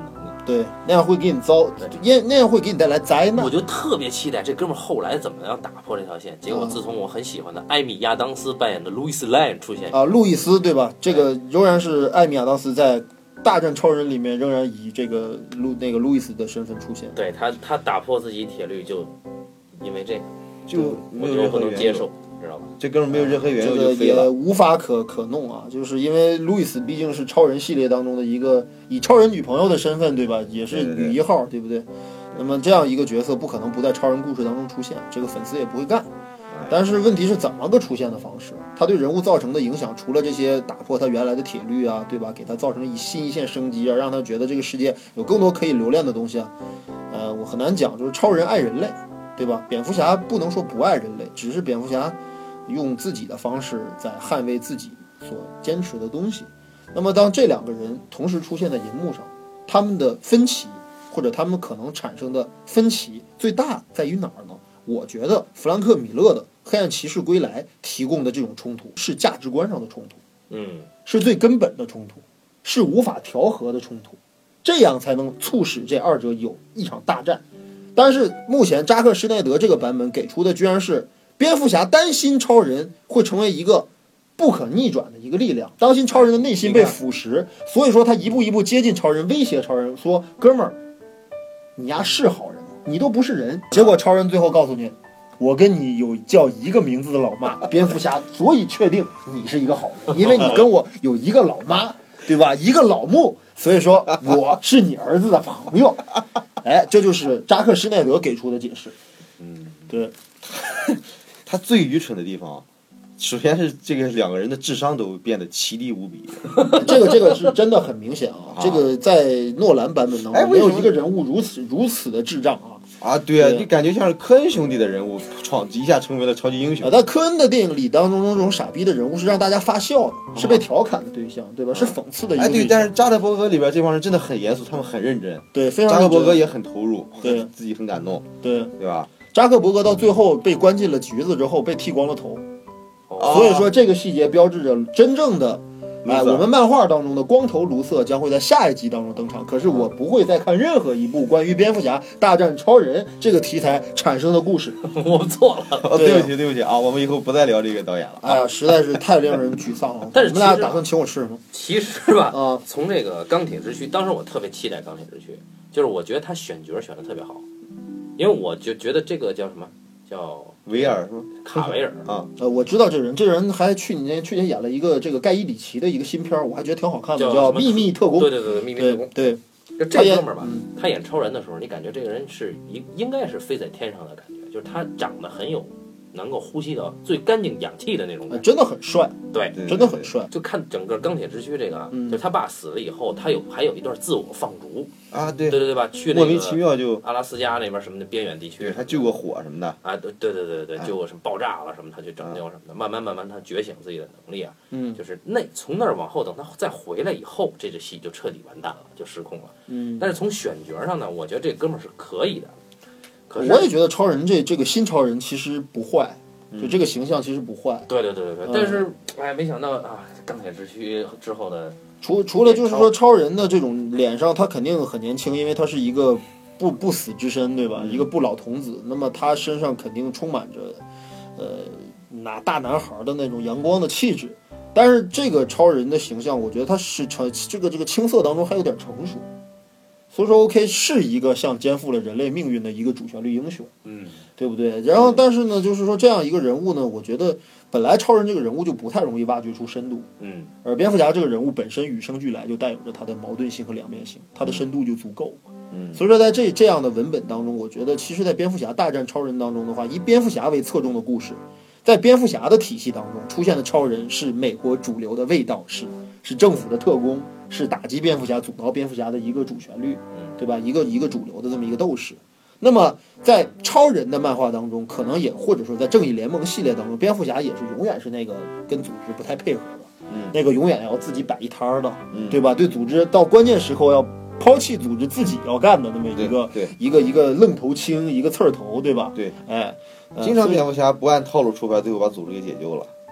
对，那样会给你那样会给你带来灾难。 我就特别期待这哥们儿后来怎么样打破这条线。结果自从我很喜欢的艾米亚当斯扮演的路易斯莱恩出现路易斯对吧？这个仍然是艾米亚当斯在大战超人里面仍然以这个路易斯的身份出现。 对他打破自己铁律，就因为这个就没有我就不任何原则能接受，知道吧？ 这哥们儿没有任何原则这个就废了。 也无法可弄啊，就是因为路易斯毕竟是超人系列当中的一个以超人女朋友的身份，对吧？也是女一号，对不对？那么这样一个角色不可能不在超人故事当中出现，这个粉丝也不会干。但是问题是怎么个出现的方式？他对人物造成的影响，除了这些打破他原来的铁律啊，对吧？给他造成一线生机啊，让他觉得这个世界有更多可以留恋的东西啊。我很难讲，就是超人爱人类，对吧？蝙蝠侠不能说不爱人类，只是蝙蝠侠用自己的方式在捍卫自己所坚持的东西。那么当这两个人同时出现在银幕上，他们的分歧或者他们可能产生的分歧最大在于哪儿呢？我觉得弗兰克·米勒的《黑暗骑士归来》提供的这种冲突是价值观上的冲突，是最根本的冲突，是无法调和的冲突，这样才能促使这二者有一场大战。但是目前扎克施耐德这个版本给出的居然是蝙蝠侠担心超人会成为一个不可逆转的一个力量，担心超人的内心被腐蚀，所以说他一步一步接近超人，威胁超人说：“哥们儿，你丫是好人吗？你都不是人。”结果超人最后告诉你，我跟你有叫一个名字的老妈，蝙蝠侠，所以确定你是一个好人，因为你跟我有一个老妈，对吧？一个老穆，所以说我是你儿子的朋友。哎，这就是扎克施耐德给出的解释。对， 他最愚蠢的地方，首先是这个两个人的智商都变得奇低无比。 这个是真的很明显啊！这个在诺兰版本当中，没有一个人物如此的智障啊！ 对啊，你感觉像是科恩兄弟的人物一下成为了超级英雄。 在科恩的电影里当中，这种傻逼的人物是让大家发笑的，是被调侃的对象，对吧？是讽刺的一个对象。 对，但是扎特伯格里边这帮人真的很严肃，他们很认真。 对，非常扎特伯格也很投入， 对， 自己很感动， 对吧？ 扎克伯格到最后被关进了局子之后，被剃光了头。所以说这个细节标志着真正的我们漫画当中的光头卢瑟将会在下一集当中登场。可是我不会再看任何一部关于蝙蝠侠大战超人这个题材产生的故事。 我错了， 对不起啊，我们以后不再聊这个导演了。 哎呀，实在是太令人沮丧了。 但是你们俩打算请我吃什么？ 其实吧，从这个钢铁之躯，当时我特别期待钢铁之躯，就是我觉得他选角选的特别好，因为我就觉得这个叫什么叫维尔是吧？ 卡维尔啊，我知道这人还去年演了一个这个盖伊里奇的一个新片，我还觉得挺好看的，叫《秘密特工》。 对，秘密特工。 对， 就这哥们儿吧，他演超人的时候，你感觉这个人是应该是飞在天上的感觉，就是他长得很有能够呼吸到最干净氧气的那种感觉， 真的很帅。 对， 真的很帅。 就看整个钢铁之躯这个，就是他爸死了以后，他还有一段自我放逐啊，对吧？去那个莫名其妙就阿拉斯加那边什么的边远地区， 他救过火什么的啊，对，救过什么爆炸了什么，他去拯救什么的，慢慢他觉醒自己的能力啊，就是从那儿往后等他再回来以后，这戏就彻底完蛋了，就失控了。但是从选角上呢，我觉得这哥们儿是可以的。可是我也觉得超人这个新超人其实不坏。就这个形象其实不坏， 对，但是没想到啊，钢铁之躯之后的除了就是说超人的这种脸上他肯定很年轻，因为他是一个不死之身，对吧？一个不老童子，那么他身上肯定充满着大男孩的那种阳光的气质。但是这个超人的形象，我觉得他是这个青涩当中还有点成熟。所以说 OK 是一个像肩负了人类命运的一个主旋律英雄，对不对？然后但是呢，就是说这样一个人物呢，我觉得本来超人这个人物就不太容易挖掘出深度，而蝙蝠侠这个人物本身与生俱来就带有着他的矛盾性和两面性，他的深度就足够。所以说在这样的文本当中，我觉得其实在蝙蝠侠大战超人当中的话，以蝙蝠侠为侧重的故事，在蝙蝠侠的体系当中出现的超人是美国主流的卫道士，是政府的特工，是打击蝙蝠侠、阻挠蝙蝠侠的一个主旋律，对吧？一个主流的这么一个斗士。那么在超人的漫画当中，可能也或者说在正义联盟系列当中，蝙蝠侠也是永远是那个跟组织不太配合的，那个永远要自己摆一摊的，对吧？对组织到关键时候要抛弃组织自己要干的那么一个愣头青，一个刺儿头，对吧？ 对， 哎， 经常蝙蝠侠不按套路出牌，最后把组织给解救了。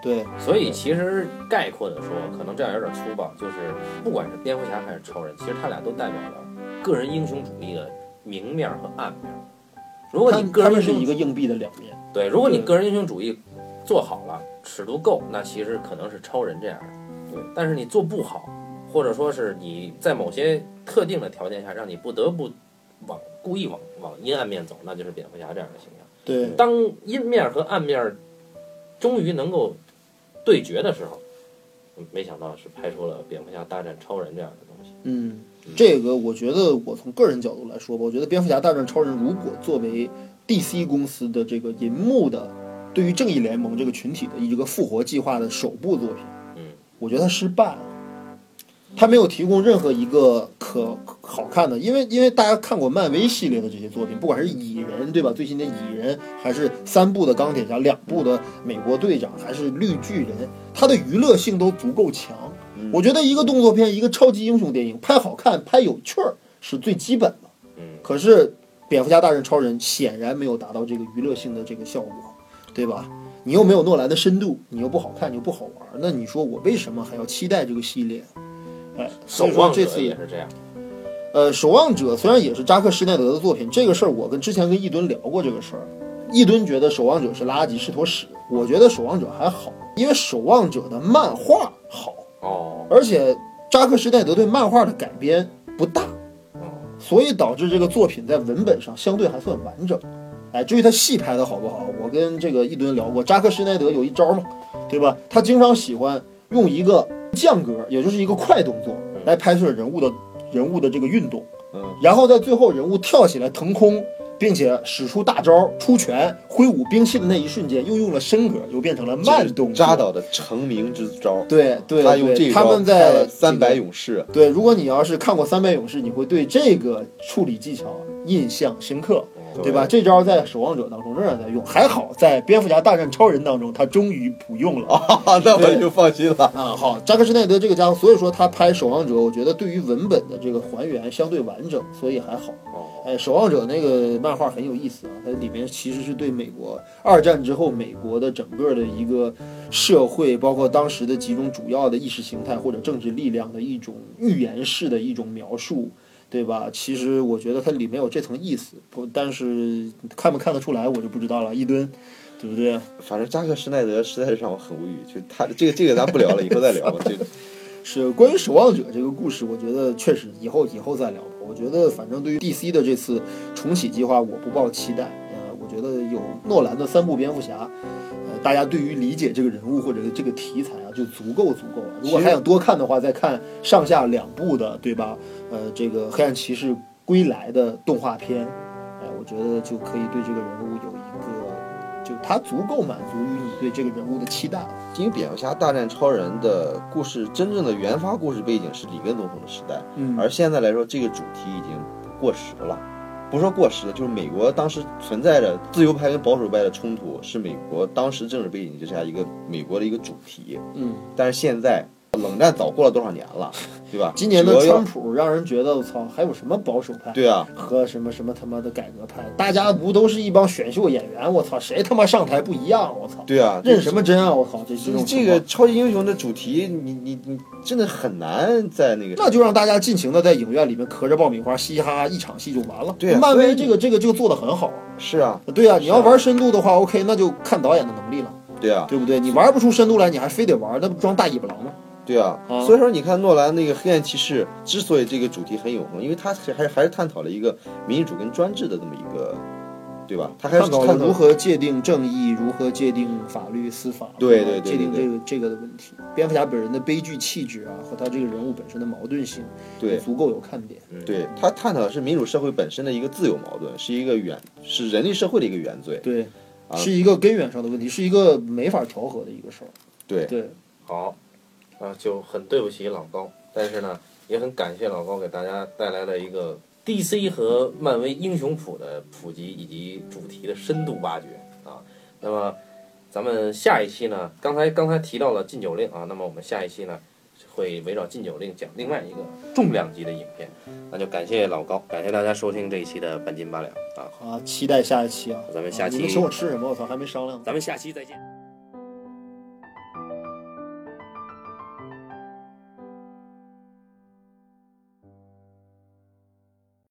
对， 所以其实概括的说，可能这样有点粗暴，就是不管是蝙蝠侠还是超人，其实他俩都代表了个人英雄主义的明面和暗面。如果你个他们人英雄是一个硬币的两面。 对，如果你个人英雄主义做好了，尺度够，那其实可能是超人这样的。 对， 但是你做不好，或者说是你在某些特定的条件下，让你不得不故意往阴暗面走，那就是蝙蝠侠这样的形象。 对， 当阴面和暗面终于能够对决的时候，没想到是拍出了蝙蝠侠大战超人这样的东西。 这个我觉得我从个人角度来说吧，我觉得蝙蝠侠大战超人如果作为 DC 公司的这个银幕的对于正义联盟这个群体的一个复活计划的首部作品，我觉得它失败了。他没有提供任何一个可好看的，因为大家看过漫威系列的这些作品，不管是蚁人对吧，最新的蚁人，还是3部的钢铁侠，2部的美国队长，还是绿巨人，它的娱乐性都足够强。我觉得一个动作片，一个超级英雄电影，拍好看拍有趣儿是最基本的。可是蝙蝠侠大战超人显然没有达到这个娱乐性的这个效果，对吧？你又没有诺兰的深度，你又不好看，你又不好玩，那你说我为什么还要期待这个系列？ 守望者也是这样。 守望者虽然也是扎克施耐德的作品，这个事儿我之前跟一吨聊过这个事儿。一吨觉得守望者是垃圾，是坨屎。我觉得守望者还好，因为守望者的漫画好而且扎克施耐德对漫画的改编不大所以导致这个作品在文本上相对还算完整。至于他戏拍的好不好，我跟这个一吨聊过，扎克施耐德有一招嘛，对吧？他经常喜欢用一个降格，也就是一个快动作来拍摄人物的这个运动，然后在最后人物跳起来腾空，并且使出大招出拳挥舞兵器的那一瞬间，又用了升格，又变成了慢动作。 扎导的成名之招。 对， 他用这一招他们在了300勇士。 对，如果你要是看过300勇士，你会对这个处理技巧印象深刻。对吧？这招在守望者当中仍然在用，还好在蝙蝠侠大战超人当中，他终于不用了那我就放心了好，扎克施耐德这个家伙，所以说他拍守望者，我觉得对于文本的这个还原相对完整，所以还好。守望者那个漫画很有意思啊，它里面其实是对美国2战之后美国的整个的一个社会，包括当时的几种主要的意识形态或者政治力量的一种预言式的一种描述。对吧？其实我觉得它里面有这层意思，但是看不看得出来我就不知道了。一吨，对不对？ 反正扎克施耐德实在是让我很无语，就他这个咱不聊了，以后再聊吧。这个是关于守望者这个故事，我觉得确实以后再聊吧。我觉得反正对于 DC 的这次重启计划，我不抱期待。我觉得有诺兰的3部蝙蝠侠，大家对于理解这个人物或者这个题材啊，就足够了。如果还想多看的话，再看上下2部的，对吧？这个黑暗骑士归来的动画片，我觉得就可以对这个人物有一个，就他足够满足于你对这个人物的期待了。 因为蝙蝠侠大战超人的故事真正的原发故事背景是里根总统的时代，而现在来说这个主题已经过时了。不是说过时了，就是美国当时存在着自由派跟保守派的冲突，是美国当时政治背景之下一个美国的一个主题。但是现在冷战早过了多少年了，对吧？ 今年的川普让人觉得我操，还有什么保守派？ 对啊， 和什么他妈的改革派，大家不都是一帮选秀演员？我操，谁他妈上台不一样？我操！ 对啊， 认什么真啊？我操， 这个超级英雄的主题，你真的很难在那个， 那就让大家尽情的在影院里面嗑着爆米花，嘻嘻哈哈一场戏就完了。 对啊， 漫威这个做得很好。 是啊， 对啊，你要玩深度的话 ，OK， 那就看导演的能力了。 对啊， 对不对？你玩不出深度来，你还非得玩，那不装大尾巴狼吗？ 对啊，所以说你看诺兰那个黑暗骑士之所以这个主题很永恒，因为他还是探讨了一个民主跟专制的这么一个，对吧？他还是探讨如何界定正义，如何界定法律司法， 对， 界定这个的问题。蝙蝠侠本人的悲剧气质啊，和他这个人物本身的矛盾性， 对， 足够有看点。 对，他探讨的是民主社会本身的一个自由矛盾，是人类社会的一个原罪， 对，是一个根源上的问题，是一个没法调和的一个事儿。对， 好。就很对不起老高，但是呢，也很感谢老高给大家带来了一个 DC 和漫威英雄谱的普及以及主题的深度挖掘啊。那么咱们下一期呢，刚才提到了禁酒令啊，那么我们下一期呢会围绕禁酒令讲另外一个重量级的影片，那就感谢老高，感谢大家收听这一期的半斤八两啊。 好，期待下一期啊， 咱们下期你们请我吃什么？我操，还没商量。 咱们下期再见。